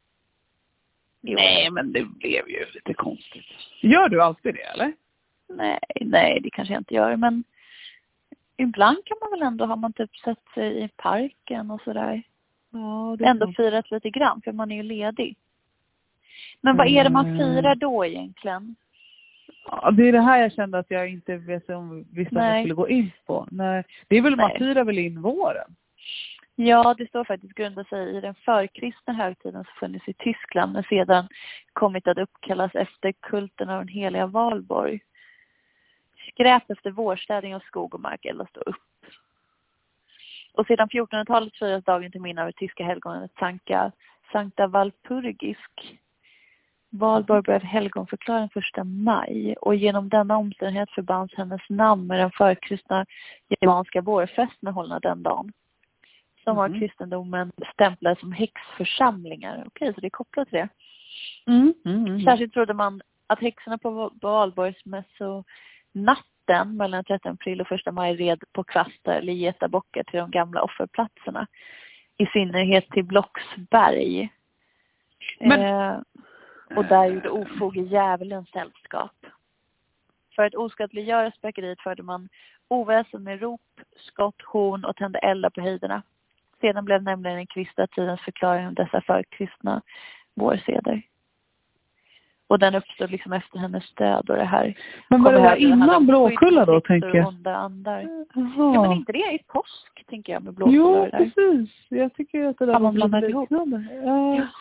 Nej, men det blev ju lite konstigt. Gör du alltid det, eller?
Nej, nej, det kanske jag inte gör. Men ibland kan man väl ändå, har man typ sett sig i parken och sådär.
Ja, det är
Ändå
sant.
firat lite grann, för man är ju ledig. Men vad är det man firar då egentligen?
Ja, det är det här jag kände att jag inte vet om visste om jag skulle gå in på. Nej. Det är väl, man firar väl in våren?
Ja, det står faktiskt grunda sig i den förkristna högtiden som funnits i Tyskland, men sedan kommit att uppkallas efter kulten av den heliga Valborg. Skräp efter vårstädning av skog och mark eldas då upp. Och sedan fjortonhundratalet firas dagen till minne av det tyska helgonet Sankta, Sankta Walpurgisk. Valborg blev helgonförklarad den första maj, och genom denna omständighet förbands hennes namn med den förkristna germanska vårfesten hållna den dagen. Som var
Mm.
kristendomen stämplade som häxförsamlingar. Okej, så det är kopplat till det.
Mm. Mm, mm.
Särskilt trodde man att häxorna på valborgsmässonatten mellan trettonde april och första maj red på kvastar eller getabockar till de gamla offerplatserna. I synnerhet till Blocksberg.
Men...
Eh, och där gjorde ofog i djävulens sällskap. För att oskadliggöra spökeriet förde man oväsen med rop, skott, horn och tände eldar på höjderna. Sedan blev nämligen den kristna tidens förklaring om dessa förkristna vårseder. Och den uppstod liksom efter hennes död och det här.
Men var det här innan Blåkulla då, tänker jag?
Onda andar. Ja, men inte det i påsk, tänker jag, med Blåkulla.
Jo,
där.
precis. Jag tycker att det där
kan man
var
blanda
lite
ihop.
Ja. Ja.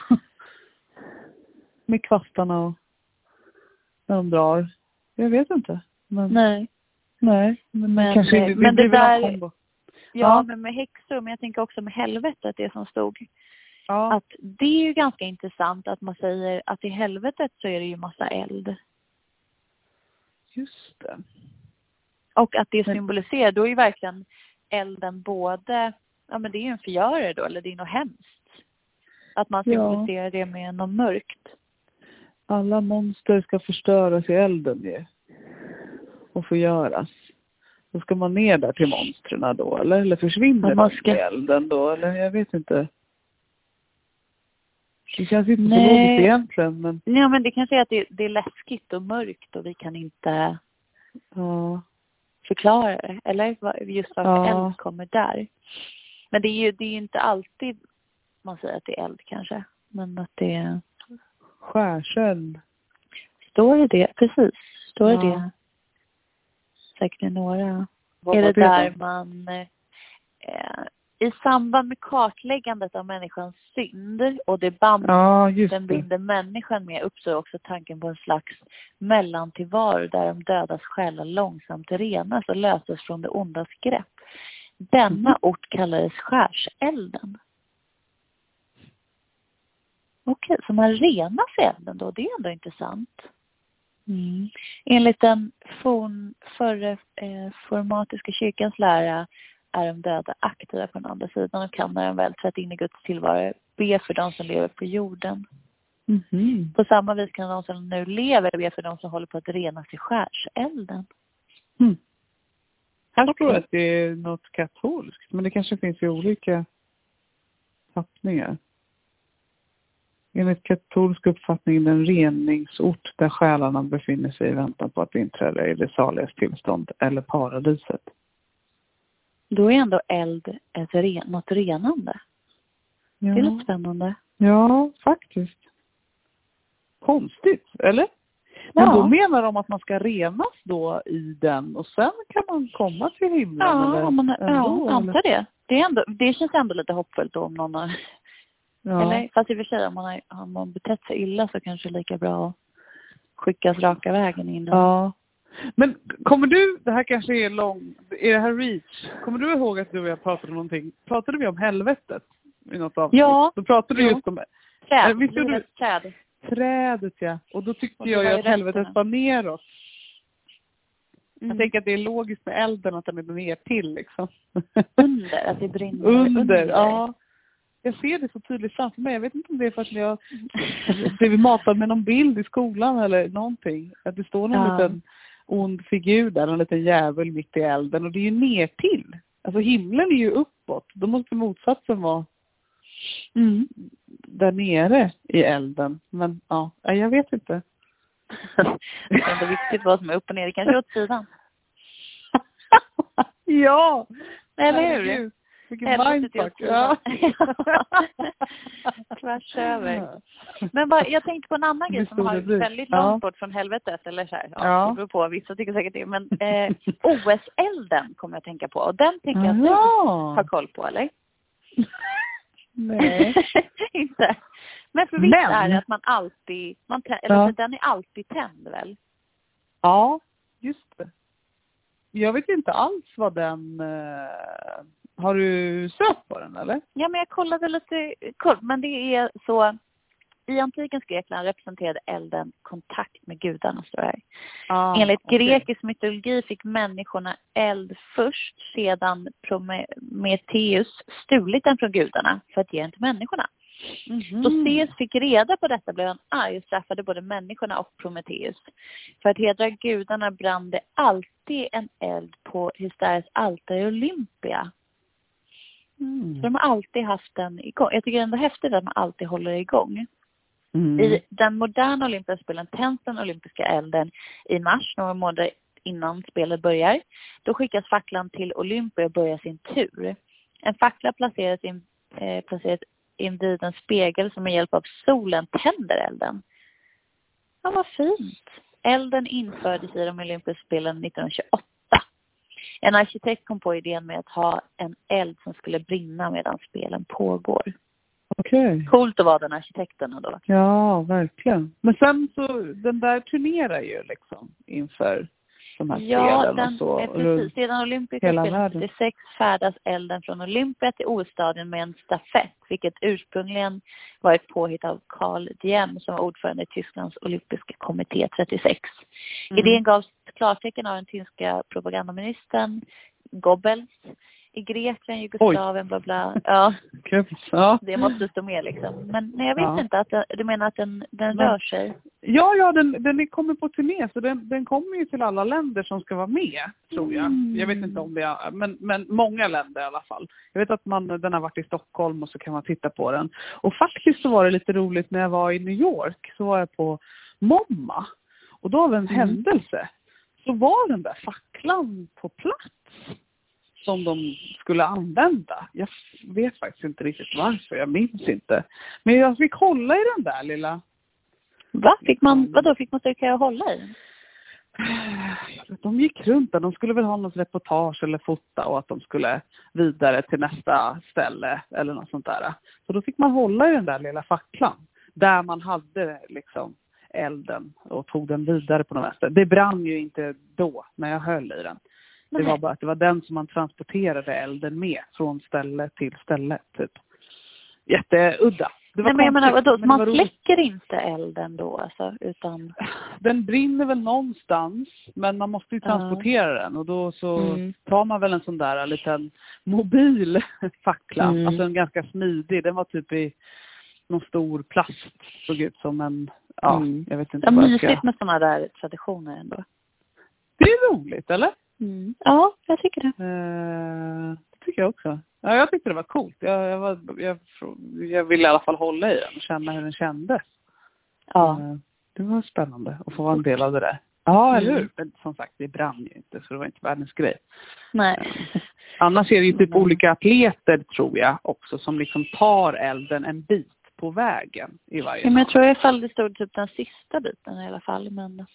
Med kvastarna och när de drar. Jag vet inte. Men...
Nej.
Nej, men,
men
kanske
det,
det,
men
det
det där...
kombo.
Ja,
Ja,
men med häxor, men jag tänker också med helvetet, det som stod.
Ja.
Att det är ju ganska intressant att man säger att i helvetet så är det ju massa eld.
Just det.
Och att det symboliserar, då är ju verkligen elden både, ja men det är ju en förgörare då, eller det är något hemskt. Att man symboliserar ja. det med något mörkt.
Alla monster ska förstöras i elden ju. Och förgöras. Då ska man ner där till monstren då, eller? Eller försvinner ja, man ska... de i elden då, eller? Jag vet inte. Det känns inte Nej. så logiskt egentligen, men...
Ja, men det kanske är att det, det är läskigt och mörkt och vi kan inte
ja.
förklara det. Eller just varför
ja.
eld kommer där. Men det är ju det är inte alltid man säger att det är eld kanske. Men att det är...
Skärseld.
Står det det? Precis. Står
ja.
det det? Säkert några.
Vad
är det,
det
där
då?
man... Eh, i samband med kartläggandet av människans synd och det band
ja, just
den binder människan med uppstår också tanken på en slags mellantillvaro där de dödas själar långsamt renas och löses från det ondas grepp. Denna mm. ort kallades Skärselden. Okej, så man renas i elden då, det är ändå intressant. Mm. Enligt den forn, förre eh, formatiska kyrkans lära är de döda aktiva på den andra sidan och kan när de väl trätt in i Guds tillvaro be för de som lever på jorden. Mm. På samma vis kan de som nu lever be för de som håller på att renas i Skärselden.
Mm. Jag okay. tror att det är något katolskt, men det kanske finns ju olika fattningar. Enligt katolsk uppfattning en reningsort där själarna befinner sig i väntan på att inträda i det saligas tillstånd eller paradiset.
Då är ändå eld ett ren, något renande. Ja. Det är lite spännande.
Ja, faktiskt. Konstigt, eller? Men ja. Då menar de att man ska renas då i den och sen kan man komma till himlen.
Ja,
eller,
man, ja antar det. Det, är ändå, det känns ändå lite hoppfullt då om någon har... Ja. Eller, fast i och för sig om man har, har man betett sig illa så kanske det är lika bra att skickas raka vägen in.
Ja. Men kommer du, det här kanske är lång, är det här reach? Kommer du ihåg att du och jag pratade om någonting? Pratade vi om helvetet i något avsnitt?
Ja.
Då pratade du just om...
Träd,
visste du?
träd.
Trädet, ja. Och då tyckte och jag ju att helvetet var neråt. Mm. Jag tänker att det är logiskt med elden att den är ner till liksom.
Under, att det brinner
under.
under.
Ja. Jag ser det så tydligt framför mig. Jag vet inte om det är för att jag blev matad med någon bild i skolan eller någonting. Att det står någon ja. liten ond figur där, en liten jävel mitt i elden. Och det är ju ner till. Alltså himlen är ju uppåt. Då måste motsatsen vara mm. där nere i elden. Men ja, jag vet inte.
Det är ändå viktigt vad som är upp och ner. Det kanske är åt sidan.
Ja!
Eller hur?
Vilken mindfuck. Ja.
Tvärs över. Men bara, jag tänkte på en annan grej som har väldigt långt ja. bort från helvetet. Eller så här, ja, ja. Det beror på. Vissa tycker säkert det. Men eh, O S-elden kommer jag att tänka på. Och den tänker jag att du har koll på, eller?
Nej.
Inte. Men för visst är det att man alltid... Man tä- eller ja. den är alltid tänd, väl?
Ja, just det. Jag vet inte alls vad den... Uh... Har du sökt på den, eller?
Ja, men jag kollade lite kort. Men det är så... I antikens Grekland representerade elden kontakt med gudarna, står det här. Ah, Enligt okay. grekisk mytologi fick människorna eld först, sedan Prometheus stulit den från gudarna för att ge den till människorna. Mm-hmm. Då Zeus fick reda på detta blev han arg och straffade både människorna och Prometheus. För att hedra gudarna brann det alltid en eld på Hysteres altare i Olympia. Mm. Så de har alltid haft den igång. Jag tycker det är ändå häftigt att man alltid håller igång. Mm. I den moderna olympiska spelen tänds den olympiska elden i mars, några månader innan spelet börjar. Då skickas facklan till Olympia och börjar sin tur. En fackla placeras in, eh, placeras invid en spegel som med hjälp av solen tänder elden. Ja, vad fint. Elden infördes i de olympiska spelen nittonhundratjugoåtta. En arkitekt kom på idén med att ha en eld som skulle brinna medan spelen pågår.
Okej. Okay.
Coolt att vara den arkitekten då.
Ja, verkligen. Men sen så, den där turnerar ju liksom inför de här
ja,
spelen
den,
och så.
Ja, precis. Sedan olympiska spelen nittiosex färdas elden från Olympia till O S-stadion med en stafett, vilket ursprungligen var ett påhitt av Carl Diem som var ordförande i Tysklands olympiska kommitté trettiosex. Mm. Idén gavs klartecken av den tyska propagandaministern Goebbels. I Grekland, Jugoslavien, bla bla. Ja.
ja.
Det måste stå med liksom. Men nej, jag vet ja. inte att du menar att den, den
men,
rör sig.
Ja, ja, den, den kommer på turné så den, den kommer ju till alla länder som ska vara med, tror jag. Mm. Jag vet inte om det är, men, men många länder i alla fall. Jag vet att man, den har varit i Stockholm och så kan man titta på den. Och faktiskt så var det lite roligt när jag var i New York, så var jag på MoMA. Och då av en mm. händelse så var den där facklan på plats som de skulle använda. Jag vet faktiskt inte riktigt varför, jag minns inte. Men jag fick hålla i den där lilla...
Va? Fick man, vadå fick man söka och hålla i?
De gick runt där. De skulle väl ha något reportage eller fota och att de skulle vidare till nästa ställe eller något sånt där. Så då fick man hålla i den där lilla facklan där man hade liksom elden och tog den vidare på något vänster. Det brann ju inte då när jag höll i den. Det Nej. var bara att det var den som man transporterade elden med från ställe till ställe typ. Jätteudda. Det var
Nej, men jag menar, vadå,
men
man släcker inte elden då alltså, utan...
Den brinner väl någonstans, men man måste ju transportera uh. den och då så mm. tar man väl en sån där liten mobil fackla, mm. alltså en ganska smidig, den var typ i någon stor plast, såg ut som en, ja, mm. jag vet inte.
Det är mysigt ska... med såna där traditioner ändå.
Det är roligt, eller?
Mm. Ja, jag tycker det.
Uh, det tycker jag också. Ja, jag tyckte det var coolt. Jag, jag, var, jag, jag ville i alla fall hålla i den och känna hur den kändes.
Ja.
Det var spännande att få vara en del av det där. Ja, eller hur? Men som sagt, det brann ju inte så det var inte världens grej.
Nej.
Annars är det ju typ Nej. olika atleter tror jag också som liksom tar elden en bit på vägen i varje
ja, men jag tror i alla fall det stod typ den sista biten i alla fall. Men...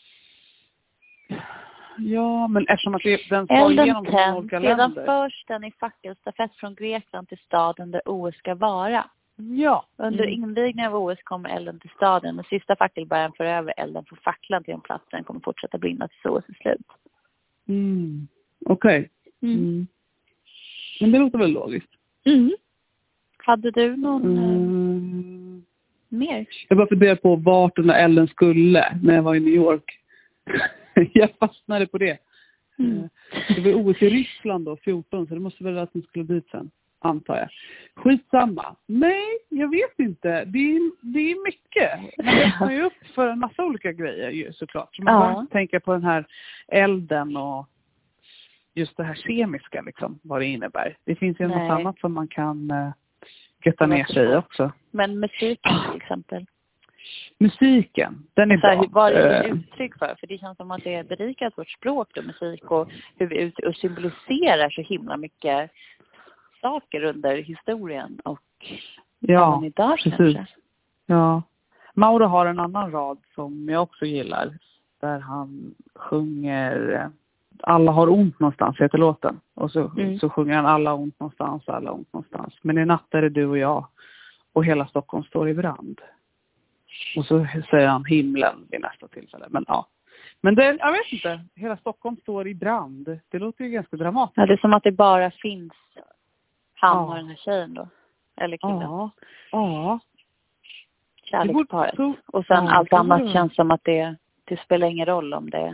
Ja, men eftersom att det, den tar igenom de olika länder.
Sedan förs den i fackelstafett från Grekland till staden där O S ska vara.
Ja.
Under mm. invigningen av O S kommer elden till staden. Och sista fackelbäraren för över elden från facklan till en plats där den kommer fortsätta brinna tills O S är slut.
Mm. Okej. Okay. Mm. Mm. Men det låter väl logiskt.
Mm. Hade du någon mm. eh, mer?
Jag bara funderade på vart den där elden skulle när jag var i New York. Jag fastnade på det. Mm. Det var O S i Ryssland då, fjorton, så det måste väl att den skulle dit sen, antar jag. Skitsamma. Nej, jag vet inte. Det är, det är mycket. Man öppnar ju upp för en massa olika grejer ju, såklart. Så man ja. bara tänker på den här elden och just det här kemiska, liksom, vad det innebär. Det finns ju Nej. något annat som man kan uh, götta ner sig i också.
Men musiken till exempel.
Musiken, den är
så här,
bra.
Vad är det uttryck för? För det känns som att det är berikat vårt språk och musik och hur vi ut och symboliserar så himla mycket saker under historien och
ja,
idag
precis.
Kanske.
Ja. Mauro har en annan rad som jag också gillar där han sjunger alla har ont någonstans, heter låten. Och så, mm. så sjunger han alla har ont någonstans, alla har ont någonstans. Men i natt är det du och jag och hela Stockholm står i brand. Och så säger han himlen vid nästa tillfälle. Men ja. Men det, jag vet inte. Hela Stockholm står i brand. Det låter ju ganska dramatiskt.
Ja, det är som att det bara finns han ja. och den här tjejen då. Eller killen.
Ja. Ja.
Kärleksparet. Så... Och sen ja, allt annat det... känns som att det, det spelar ingen roll om det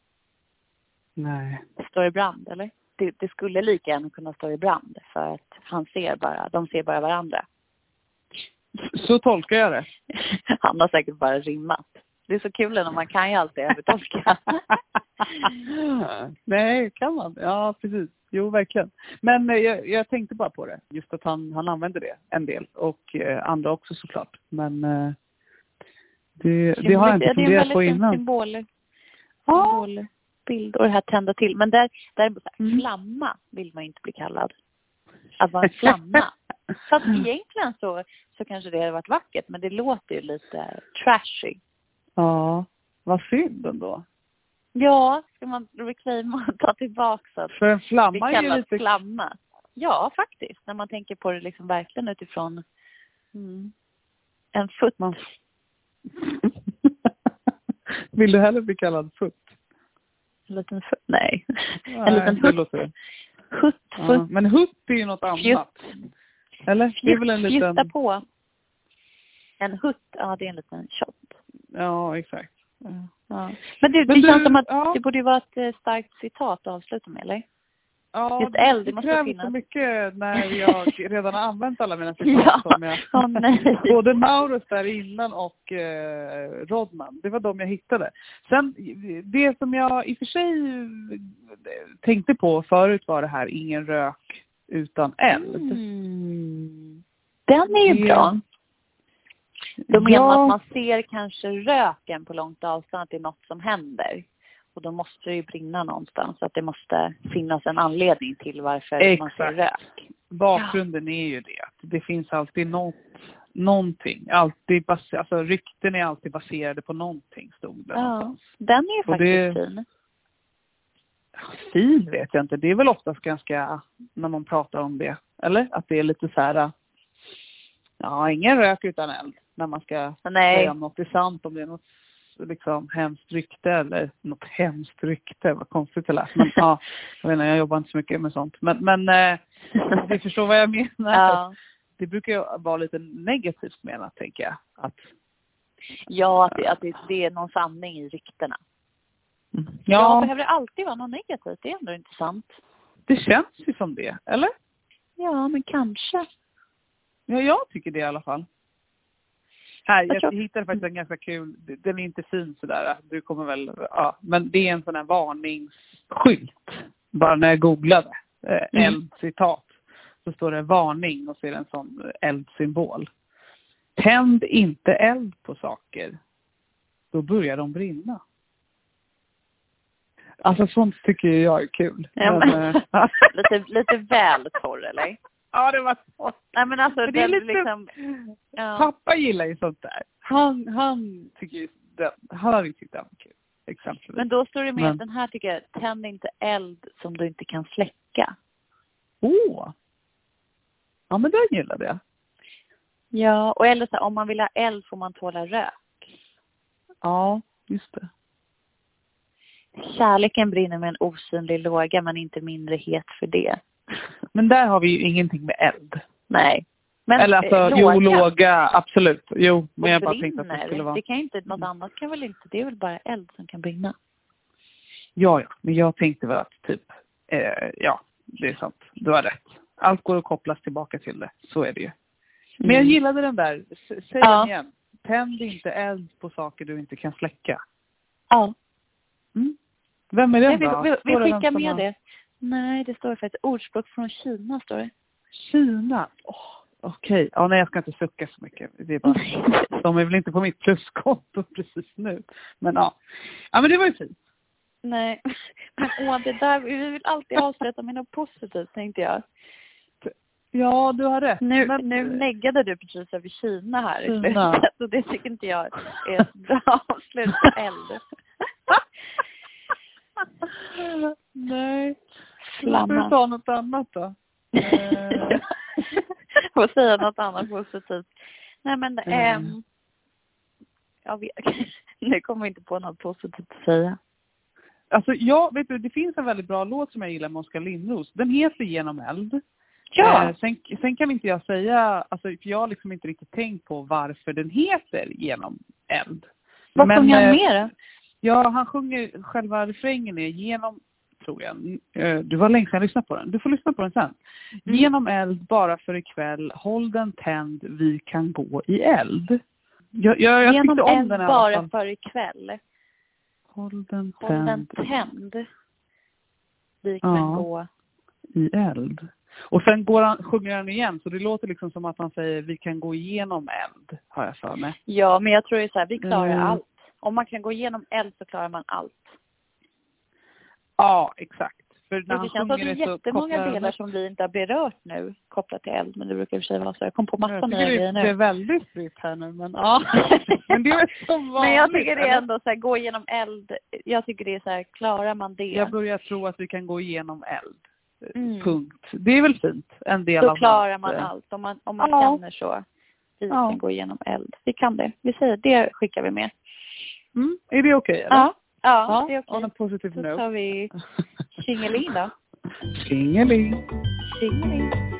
Nej.
står i brand, eller? Det, det skulle lika gärna kunna stå i brand. För att han ser bara, de ser bara varandra.
Så tolkar jag det.
Han har säkert bara rimmat. Det är så kul när man kan ju alltid övertolka.
Nej, kan man? Ja, precis. Jo, verkligen. Men eh, jag, jag tänkte bara på det. Just att han, han använder det en del. Och eh, andra också såklart. Men eh, det, det har jag inte funderat på innan.
Det är en väldigt symbol, symbolbild och det här tända till. Men där, där mm. flamma vill man inte bli kallad. Att vara en flamma. Så att egentligen så, så kanske det hade varit vackert. Men det låter ju lite trashy.
Ja, vad synd ändå.
Ja, ska man reclaima och ta tillbaka så
för en flamma är ju lite...
flamma. Ja, faktiskt. När man tänker på det liksom verkligen utifrån mm, en futt. Man...
Vill du hellre bli kallad futt?
En liten futt? Nej.
Nej
en liten hutt.
Låter...
Hutt,
ja,
futt.
men hutt är ju något annat.
Fjutt.
Eller?
Fjutt,
det är väl en liten...
Fjutta på. En hutt, ja det är en liten shot.
Ja, exakt.
Ja. Ja. Men det,
Men
det
du,
känns som att
ja.
det borde ju vara ett starkt citat att avsluta med, eller?
Ja,
just eld, det,
det
måste
kräver
finnas.
så mycket när jag redan har använt alla mina citat.
Ja.
Som jag,
oh, nej.
både Maurus där innan och eh, Rodman. Det var de jag hittade. Sen, det som jag i och för sig tänkte på förut var det här ingen rök utan eld.
Mm. Den är ju det... bra. Då menar
ja.
att man ser kanske röken på långt avstånd att det är något som händer. Och då måste det ju brinna någonstans. Så att det måste finnas en anledning till varför
Exakt.
man ser rök.
Bakgrunden ja. är ju det. Det finns alltid något, någonting. Alltid bas- alltså, rykten är alltid baserade på någonting, stod det
ja.
någonstans.
Den är ju faktiskt
det,
fin.
fin vet jag inte. Det är väl oftast ganska, när man pratar om det. Eller? Att det är lite så här, ja, ingen rök utan eld. När man ska
Nej.
säga om något är sant. Om det är något liksom hemskt rykte eller något hemskt rykte. Vad konstigt det lät. Men ja, jag vet inte, jag jobbar inte så mycket med sånt. Men, men eh, du förstår vad jag menar.
Ja.
Det brukar ju vara lite negativt menat, tänker jag. Att,
ja, att, det, att det, det är någon sanning i ryktena.
mm. Ja.
Ja, behöver det alltid vara något negativt? Det är ändå intressant.
Det känns ju som det, eller?
Ja, men kanske.
Ja, jag tycker det i alla fall. Här, jag,
jag
jag hittade faktiskt en ganska kul, den är inte fin sådär, du kommer väl, ja, men det är en sån här varningsskylt. Bara när jag googlade, eh,
Mm.
eldcitat, så står det varning och så är det en sån eldsymbol. Tänd inte eld på saker, då börjar de brinna. Alltså sånt tycker jag är kul.
Ja,
men,
men,
äh,
lite, lite väl torr, eller?
ja, det var så.
Nej, men alltså,
Men det är
det
lite,
liksom... Ja.
Pappa gillar ju sånt där. Han, han tycker ju, det, han har ju tyckt det var kul. Exempelvis.
Men då står det med
Men-
att den här tycker jag, tänd inte eld som du inte kan släcka.
Åh! Oh. Ja, men den gillade jag.
Ja, och eller så här, om man vill ha eld får man tåla rök.
Ja, just det.
Kärleken brinner med en osynlig låga, men inte mindre het för det.
Men där har vi ju ingenting med eld.
Nej. Men,
Eller alltså,
eh,
jo, låga, absolut. Jo, men
och
jag bara
brinner.
tänkte att det skulle vara...
Det kan ju inte, något annat kan väl inte, det är väl bara eld som kan brinna.
Ja, ja, men jag tänkte väl att typ, eh, ja, det är sant. Du har rätt. Allt går att kopplas tillbaka till det. Så är det ju. Men jag
Mm.
gillade den där. S- Säg
Ja.
den igen. Tänd inte eld på saker du inte kan släcka.
Ja.
Mm. Vem är den
Nej, vi,
då?
vi, vi
Står det vem
skickar
som
med
har-
det. Nej, det står faktiskt ordspråk från Kina, står det.
Kina. Oh, Okej. Okay. Ja, nej, jag ska inte sucka så mycket. Det är bara, de är väl inte på mitt pluskonto precis nu. Men ja. Ja, men det var ju fint.
Nej, men åh, det där, vi vill alltid avsluta med något positivt, tänkte jag.
Ja, du har rätt.
Nu,
men...
nu neggade du precis över Kina här i
Kina.
slutet, och det tycker inte jag är ett bra avslut på eld.
Nej.
Flamma.
Ska vi ta något annat då? Eh.
Och säga något annat positivt. Nej, men
Mm.
ehm, jag vet, nu kommer jag inte på något positivt att säga.
Alltså, ja, vet du, det finns en väldigt bra låt som jag gillar med Oskar Lindros. Den heter Genom eld.
Ja.
Eh, sen, sen kan inte jag säga, alltså, för jag har liksom inte riktigt tänkt på varför den heter Genom eld.
Vad
Men,
sjunger han
eh,
med då?
Ja, han sjunger själva refrängen är genom, tror jag. Eh, Du var länge sedan jag lyssnade på den. Du får lyssna på den sen.
Mm.
Genom eld bara för ikväll. Håll den tänd, vi kan gå i eld. Jag, jag, jag
Genom
tyckte om
eld
den i alla
bara
fall.
för ikväll.
Håll den
Håll den
tänd
tänd. Vi kan
Ja.
gå.
i eld. Och sen går han, sjunger han igen. Så det låter liksom som att han säger vi kan gå igenom eld. Har jag för mig.
Ja, men jag tror det är så här, vi klarar
Mm.
allt. Om man kan gå igenom eld så klarar man allt.
Ja, exakt. För när
Det
han
känns som att det är
sjunger så
jättemånga
kopplar-
delar som vi inte har berört nu kopplat till eld. Men det brukar i och för sig vara så. Jag kom på massa
Jag
nya
tycker
grejer
det, det är
nu.
väldigt fritt här nu. Men, ja. men det är väl som vanligt.
Men jag tycker det är
eller?
ändå så här, gå igenom eld. Jag tycker det är så här, klarar man det
Jag börjar tro att vi kan gå igenom eld.
Mm.
Punkt. Det är väl fint. En del
så
av
klarar
hans,
man
eh,
allt. Om man, om man
Ja.
känner så. Vi
Ja.
kan gå igenom eld. Vi kan det. Vi säger det, skickar vi med.
Mm. Är det okej? eller?
Ja, ja,
Ja,
det är
on a
okej.
positive
Så
note.
tar vi Tjingeling då.
Tjingeling.
Tjingeling.